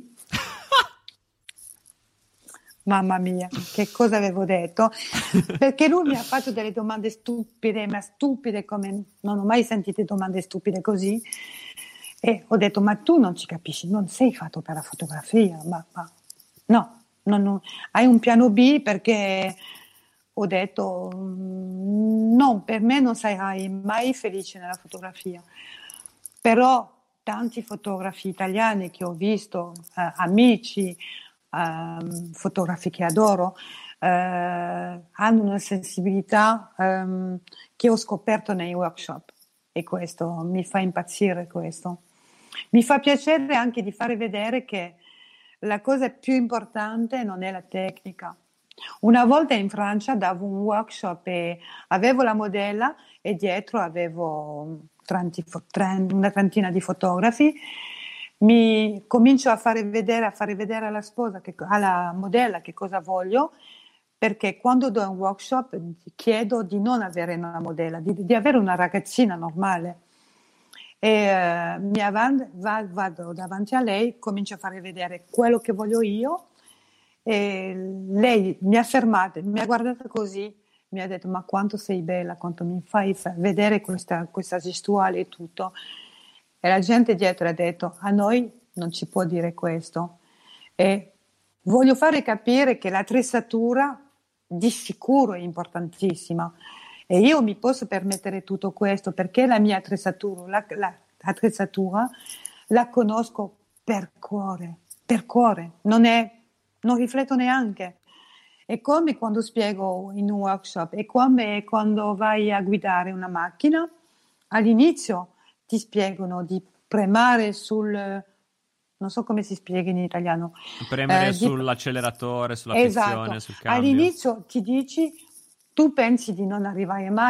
S2: Mamma mia, che cosa avevo detto? Perché lui mi ha fatto delle domande stupide, ma stupide come non ho mai sentito domande stupide così. E ho detto, ma tu non ci capisci, non sei fatto per la fotografia, ma, ma no, non- non- hai un piano B perché ho detto, mm, no, per me non sarai mai felice nella fotografia. Però tanti fotografi italiani che ho visto, eh, amici, ehm, fotografi che adoro, eh, hanno una sensibilità ehm, che ho scoperto nei workshop e questo mi fa impazzire questo. Mi fa piacere anche di fare vedere che la cosa più importante non è la tecnica. Una volta in Francia davo un workshop e avevo la modella e dietro avevo tranti- tren- una trentina di fotografi. Mi comincio a fare vedere, a fare vedere alla sposa, che- alla modella che cosa voglio, perché quando do un workshop chiedo di non avere una modella, di, di avere una ragazzina normale. E eh, mi avan- va- vado davanti a lei, comincio a fare vedere quello che voglio io e lei mi ha fermata, mi ha guardata così, mi ha detto ma quanto sei bella, quanto mi fai fa- vedere questa, questa gestuale e tutto. E la gente dietro ha detto a noi non ci può dire questo. E voglio fare capire che l'attrezzatura di sicuro è importantissima e io mi posso permettere tutto questo perché la mia attrezzatura, la, la attrezzatura la conosco per cuore, per cuore, non, è, non rifletto neanche. È come quando spiego in un workshop, è come quando vai a guidare una macchina, all'inizio ti spiegano di premere sul, non so come si spiega in italiano,
S1: Premere
S2: eh, di-
S1: sull'acceleratore, sulla
S2: esatto,
S1: frizione, sul cambio.
S2: all'inizio ti dici, tu pensi di non arrivare mai,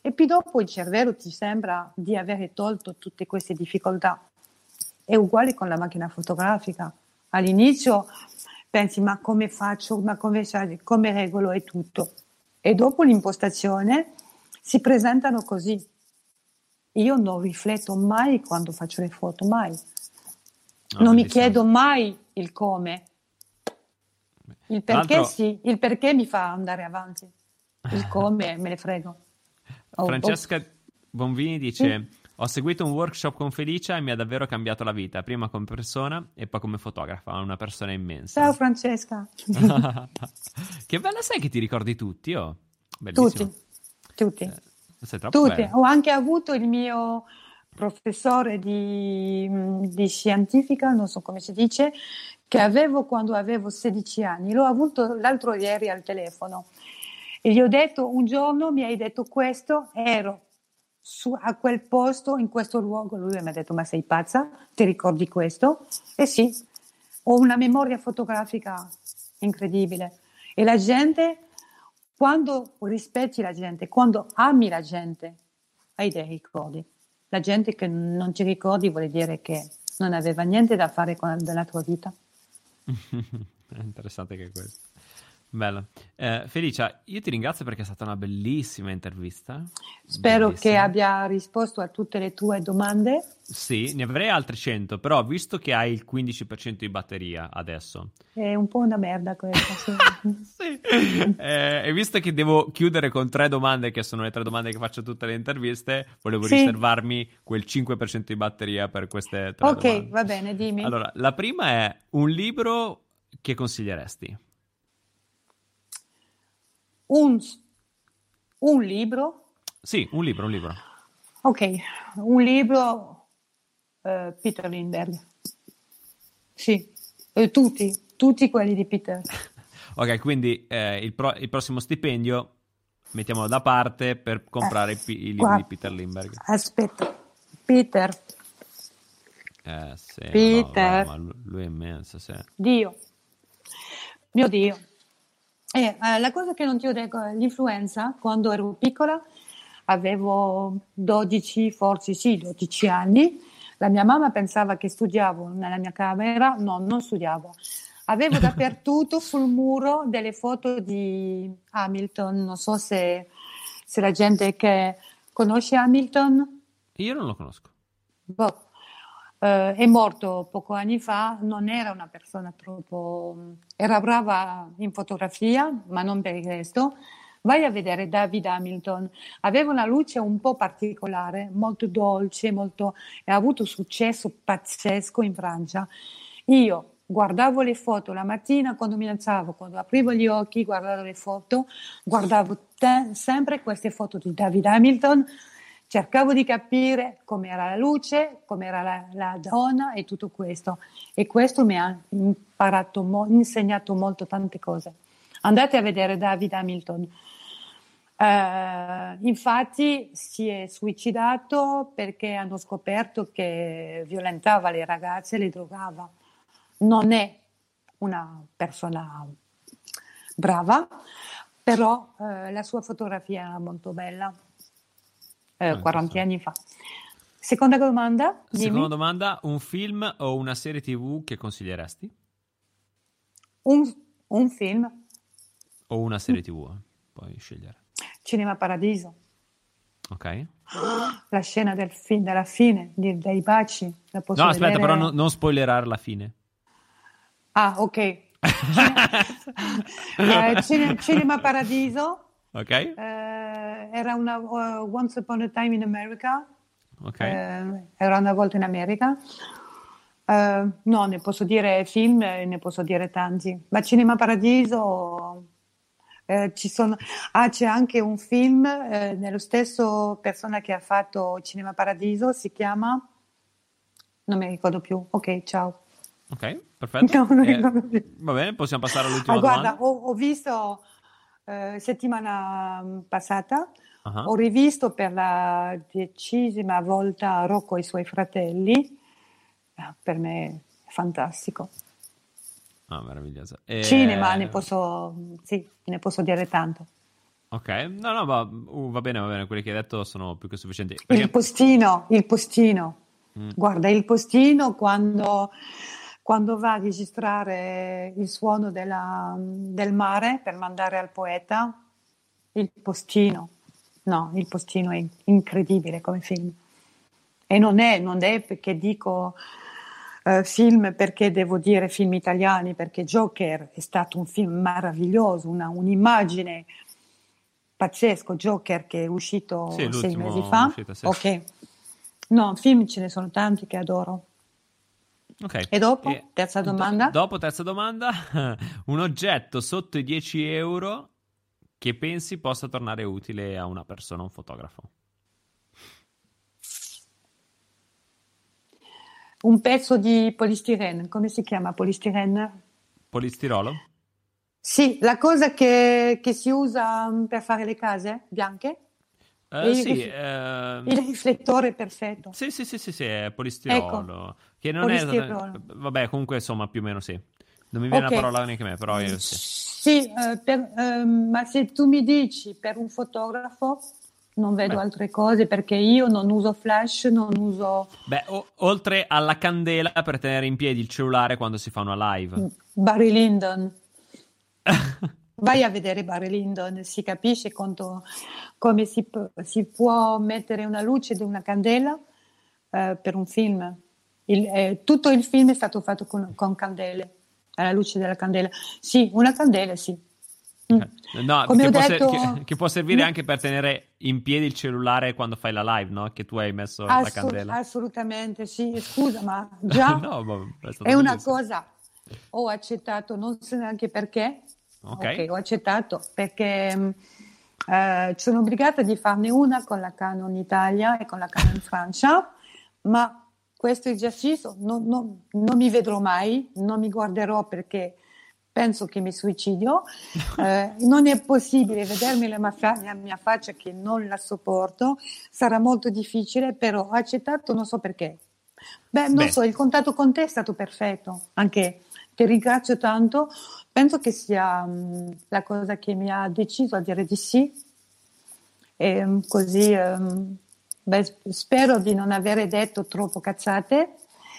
S2: e poi dopo il cervello ti sembra di avere tolto tutte queste difficoltà. È uguale con la macchina fotografica. All'inizio pensi ma come faccio, ma come, come regolo e tutto. E dopo l'impostazione si presentano così. Io non rifletto mai quando faccio le foto, mai.
S1: No,
S2: non
S1: bellissimo.
S2: mi chiedo mai il come. Il perché sì, il perché mi fa andare avanti. Il come me ne frego.
S1: Oh, Francesca oh. Bonvini dice: sì. Ho seguito un workshop con Felicia e mi ha davvero cambiato la vita, prima come persona e poi come fotografa, una persona immensa.
S2: Ciao Francesca.
S1: Che bella, sai che ti ricordi tutti, oh? Bellissimo.
S2: Tutti, tutti.
S1: Eh, sei troppo
S2: tutti.
S1: Bella.
S2: Ho anche avuto il mio professore di, di scientifica, non so come si dice, che avevo quando avevo sedici anni. L'ho avuto l'altro ieri al telefono e gli ho detto: un giorno mi hai detto questo, ero su, a quel posto, in questo luogo. Lui mi ha detto: ma sei pazza? Ti ricordi questo? E sì, ho una memoria fotografica incredibile. E la gente, quando rispetti la gente, quando ami la gente, hai dei ricordi. La gente che non ti ricordi vuol dire che non aveva niente da fare con della tua vita.
S1: È interessante che questo. Bello. Eh, Felicia, io ti ringrazio perché è stata una bellissima intervista.
S2: Spero
S1: bellissima.
S2: che abbia risposto a tutte le tue domande.
S1: Sì, ne avrei altre cento, però visto che hai il quindici per cento di batteria adesso.
S2: È un po' una merda questa, sì.
S1: Sì. Eh, e visto che devo chiudere con tre domande, che sono le tre domande che faccio a tutte le interviste, volevo
S2: sì.
S1: riservarmi quel cinque per cento di batteria per queste tre
S2: Ok,
S1: domande.
S2: va bene, dimmi.
S1: Allora, la prima è un libro che consiglieresti?
S2: Un, un libro?
S1: Sì, un libro, un libro.
S2: Ok, un libro uh, Peter Lindbergh. Sì, eh, tutti, tutti quelli di Peter.
S1: Ok, quindi eh, il, pro- il prossimo stipendio mettiamolo da parte per comprare eh, i, i libri
S2: guarda,
S1: di Peter Lindbergh.
S2: Aspetta, Peter.
S1: Eh sì,
S2: Peter.
S1: No, ma lui è immenso, sì.
S2: Dio, mio Dio. Eh, eh, la cosa che non ti ho detto, l'influenza, quando ero piccola, avevo dodici, forse sì, dodici anni, la mia mamma pensava che studiavo nella mia camera, no, non studiavo. Avevo dappertutto sul muro delle foto di Hamilton, non so se, se la gente che conosce Hamilton.
S1: Io non lo conosco.
S2: Boh. Uh, è morto poco anni fa, non era una persona troppo... era brava in fotografia, ma non per il resto. Vai a vedere David Hamilton, aveva una luce un po' particolare, molto dolce, molto... e ha avuto successo pazzesco in Francia. Io guardavo le foto la mattina quando mi alzavo, quando aprivo gli occhi, guardavo le foto, guardavo te- sempre queste foto di David Hamilton, cercavo di capire com'era la luce, com'era la, la donna e tutto questo. E questo mi ha imparato, mo, insegnato molto tante cose. Andate a vedere David Hamilton. Uh, infatti si è suicidato perché hanno scoperto che violentava le ragazze e le drogava. Non è una persona brava, però uh, la sua fotografia era molto bella. Eh, quaranta anni fa. Seconda domanda? Dimmi.
S1: Seconda domanda, un film o una serie tivù che consiglieresti?
S2: Un, un film.
S1: O una serie tivù, eh? Puoi scegliere.
S2: Cinema Paradiso.
S1: Ok.
S2: La scena del film, della fine, di, dei baci. La posso
S1: no, aspetta,
S2: vedere...
S1: però no, non spoilerare la fine.
S2: Ah, ok. eh, cine, Cinema Paradiso.
S1: Ok.
S2: Eh, era una uh, Once Upon a Time in America.
S1: Ok.
S2: Eh, era una volta in America. Uh, no, ne posso dire film, ne posso dire tanti. Ma Cinema Paradiso eh, ci sono. Ah, c'è anche un film eh, nello stesso persona che ha fatto Cinema Paradiso, si chiama. Non mi ricordo più. Ok, ciao.
S1: Ok, perfetto.
S2: No, non
S1: eh,
S2: ricordo più.
S1: Va bene, possiamo passare all'ultima
S2: ah, guarda,
S1: domanda.
S2: Ho, ho visto eh, settimana passata,
S1: uh-huh.
S2: ho rivisto per la decima volta Rocco e i suoi fratelli. Ah, per me è fantastico.
S1: Ah, meraviglioso. E...
S2: Cinema, ne posso, sì, ne posso dire tanto.
S1: Ok, no, no, va, uh, va bene, va bene, quelli che hai detto sono più che sufficienti. Perché...
S2: Il postino, il postino.
S1: Mm.
S2: Guarda, il postino quando, quando va a registrare il suono della- del mare per mandare al poeta, il postino. No, il postino è incredibile come film. E non è, non è perché dico eh, film perché devo dire film italiani, perché Joker è stato un film meraviglioso, una, un'immagine pazzesco. Joker che è
S1: Sì,
S2: uscito sei mesi
S1: l'ultimo
S2: fa.
S1: uscita, sì.
S2: Ok. No, film ce ne sono tanti che adoro.
S1: Ok.
S2: E dopo?
S1: E
S2: Terza
S1: do-
S2: domanda?
S1: dopo, terza domanda, un oggetto sotto i dieci euro che pensi possa tornare utile a una persona, un fotografo?
S2: Un pezzo di polistirene, come si chiama polistirene?
S1: Polistirolo?
S2: Sì, la cosa che, che si usa mm, per fare le case bianche? E
S1: Eh,
S2: il,
S1: sì,
S2: rif-
S1: ehm,
S2: il riflettore perfetto.
S1: sì, sì, sì, sì, sì, è
S2: Ecco,
S1: polistirolo. Che non è esattamente...
S2: polistirolo.
S1: Vabbè, comunque, insomma, più o meno sì. Non mi viene la
S2: Ok.
S1: parola neanche a me, però
S2: Mm,
S1: io sì.
S2: sì, eh, per- ehm, ma se tu mi dici per un fotografo, non vedo
S1: Beh,
S2: altre cose perché io non uso flash, non uso
S1: beh, o- oltre alla candela per tenere in piedi il cellulare quando si fa una live.
S2: Barry Lyndon. Vai a vedere Barry Lyndon, si capisce quanto, come si, pu- si può mettere una luce di una candela eh, per un film. Il- eh, tutto il film è stato fatto con, con candele, alla luce della candela. Sì, una candela, sì. Mm.
S1: No,
S2: Come
S1: che
S2: ho
S1: può, ser-
S2: detto,
S1: che- che può servire
S2: no,
S1: anche per tenere in piedi il cellulare quando fai la live, no? Che tu hai messo la
S2: assolut-
S1: candela.
S2: assolutamente sì. Scusa, ma già
S1: No, ma è stato
S2: è una
S1: bellissimo.
S2: cosa. Ho accettato, non so neanche perché.
S1: Ok.
S2: Ok, ho accettato perché mh, eh, sono obbligata di farne una con la Canon Italia e con la Canon Francia, ma questo esercizio non, non- non mi vedrò mai, non mi guarderò perché penso che mi suicidio. Eh, non è possibile vedermi la mia, fa- la mia faccia che non la sopporto, sarà molto difficile, però ho accettato, non so perché. Beh, non
S1: Beh,
S2: so, il contatto con te è stato perfetto, anche ti ringrazio tanto. Penso che sia mh, la cosa che mi ha deciso a dire di sì. E, mh, così ehm, beh, sp- spero di non avere detto troppo cazzate.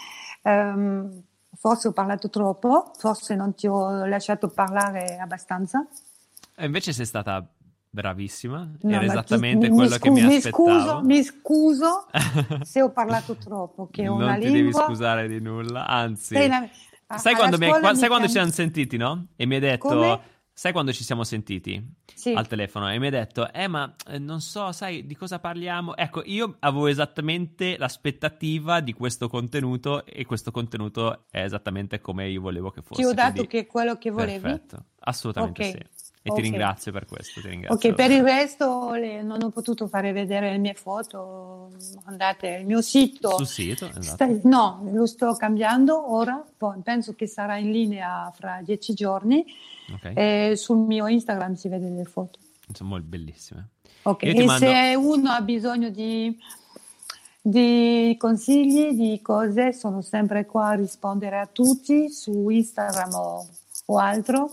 S2: Ehm, forse ho parlato troppo, forse non ti ho lasciato parlare abbastanza.
S1: e invece sei stata bravissima.
S2: No,
S1: Era
S2: ma tu-
S1: esattamente
S2: mi, mi
S1: quello che mi
S2: scu- mi scuso,
S1: aspettavo.
S2: mi scuso se ho parlato troppo, che ho una
S1: Non ti devi
S2: lingua.
S1: scusare di nulla,
S2: Sei
S1: anzi,
S2: la- a-
S1: sai
S2: alla
S1: quando, mi hai-
S2: scuola
S1: qua- sai
S2: mi
S1: quando ci
S2: chiam-
S1: siamo sentiti, no? E mi hai
S2: Come?
S1: detto, sai quando ci siamo sentiti
S2: Sì.
S1: al telefono? E mi hai detto, eh, ma eh, non so, sai di cosa parliamo? Ecco, io avevo esattamente l'aspettativa di questo contenuto e questo contenuto è esattamente come io volevo che
S2: Ti ho
S1: fosse.
S2: dato
S1: Quindi,
S2: che quello che volevi?
S1: perfetto, assolutamente sì.
S2: Ok,
S1: E ti
S2: ok.
S1: ringrazio per questo, ti ringrazio
S2: Ok, per il
S1: davvero.
S2: resto le- non ho potuto fare vedere le mie foto. Andate al mio sito.
S1: Sul sito,
S2: Sta-
S1: esatto.
S2: no, lo sto cambiando ora, poi penso che sarà in linea fra dieci giorni.
S1: Ok,
S2: E sul mio Instagram si vede le foto.
S1: insomma, bellissime.
S2: Ok,
S1: Io ti
S2: e
S1: mando...
S2: se uno ha bisogno di, di consigli, di cose, sono sempre qua a rispondere a tutti su Instagram o, o altro.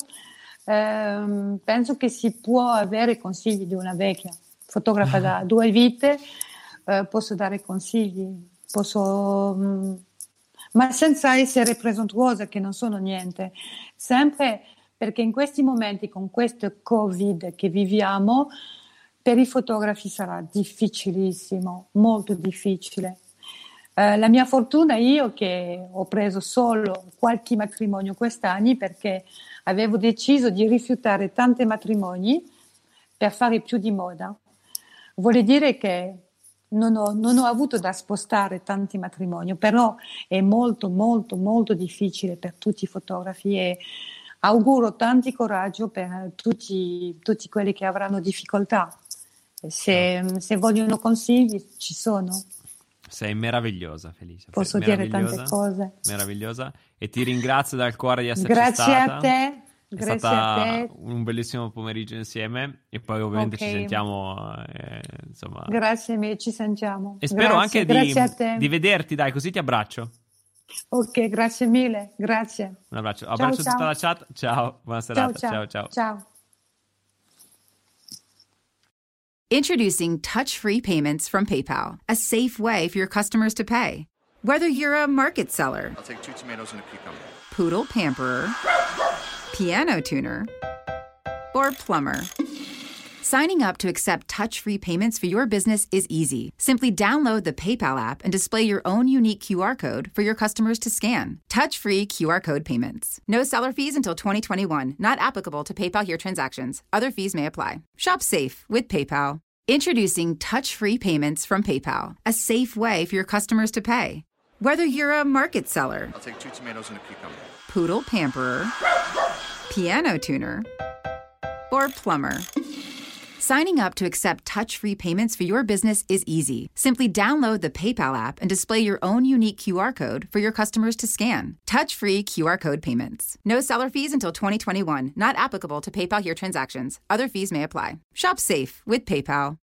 S2: Ehm, penso che si può avere consigli di una vecchia fotografa da due vite, eh, posso dare consigli, posso, mm, ma senza essere presuntuosa, che non sono niente, sempre perché in questi momenti, con questo Covid che viviamo, per i fotografi sarà difficilissimo, molto difficile. Eh, la mia fortuna io che ho preso solo qualche matrimonio quest'anno perché avevo deciso di rifiutare tanti matrimoni per fare più di moda. Vuol dire che non ho, non ho avuto da spostare tanti matrimoni, però è molto, molto, molto difficile per tutti i fotografi e auguro tanti coraggio per tutti, tutti quelli che avranno difficoltà. Se, se vogliono consigli, ci sono.
S1: Sei meravigliosa, Felicia. Sei
S2: Posso dire tante
S1: meravigliosa,
S2: cose.
S1: meravigliosa. E ti ringrazio dal cuore di esserci
S2: Grazie a
S1: stata.
S2: te,
S1: È
S2: grazie a
S1: stata
S2: te.
S1: un bellissimo pomeriggio insieme. E poi, ovviamente, ci
S2: Ok,
S1: sentiamo. eh, insomma.
S2: grazie mille, ci sentiamo.
S1: E spero
S2: Grazie,
S1: anche
S2: grazie a
S1: di,
S2: te.
S1: di vederti, dai, così ti abbraccio.
S2: Ok, grazie mille, grazie.
S1: Un abbraccio.
S2: Ciao,
S1: Abbraccio tutta
S2: ciao.
S1: la chat. Ciao, buona
S2: Ciao,
S1: serata.
S2: ciao,
S1: Ciao, ciao.
S2: ciao.
S3: Introducing touch-free payments from PayPal, a safe way for your customers to pay. Whether you're a market seller,
S4: I'll take two tomatoes and a cucumber.
S3: Poodle pamperer, piano tuner, or plumber, signing up to accept touch-free payments for your business is easy. Simply download the PayPal app and display your own unique Q R code for your customers to scan. Touch-free Q R code payments. No seller fees until twenty twenty-one. Not applicable to PayPal Here transactions. Other fees may apply. Shop safe with PayPal. Introducing touch-free payments from PayPal, a safe way for your customers to pay. Whether you're a market seller,
S4: I'll take two tomatoes and a cucumber.
S3: Poodle pamperer, piano tuner, or plumber, signing up to accept touch-free payments for your business is easy. Simply download the PayPal app and display your own unique Q R code for your customers to scan. Touch-free Q R code payments. No seller fees until twenty twenty-one. Not applicable to PayPal Here transactions. Other fees may apply. Shop safe with PayPal.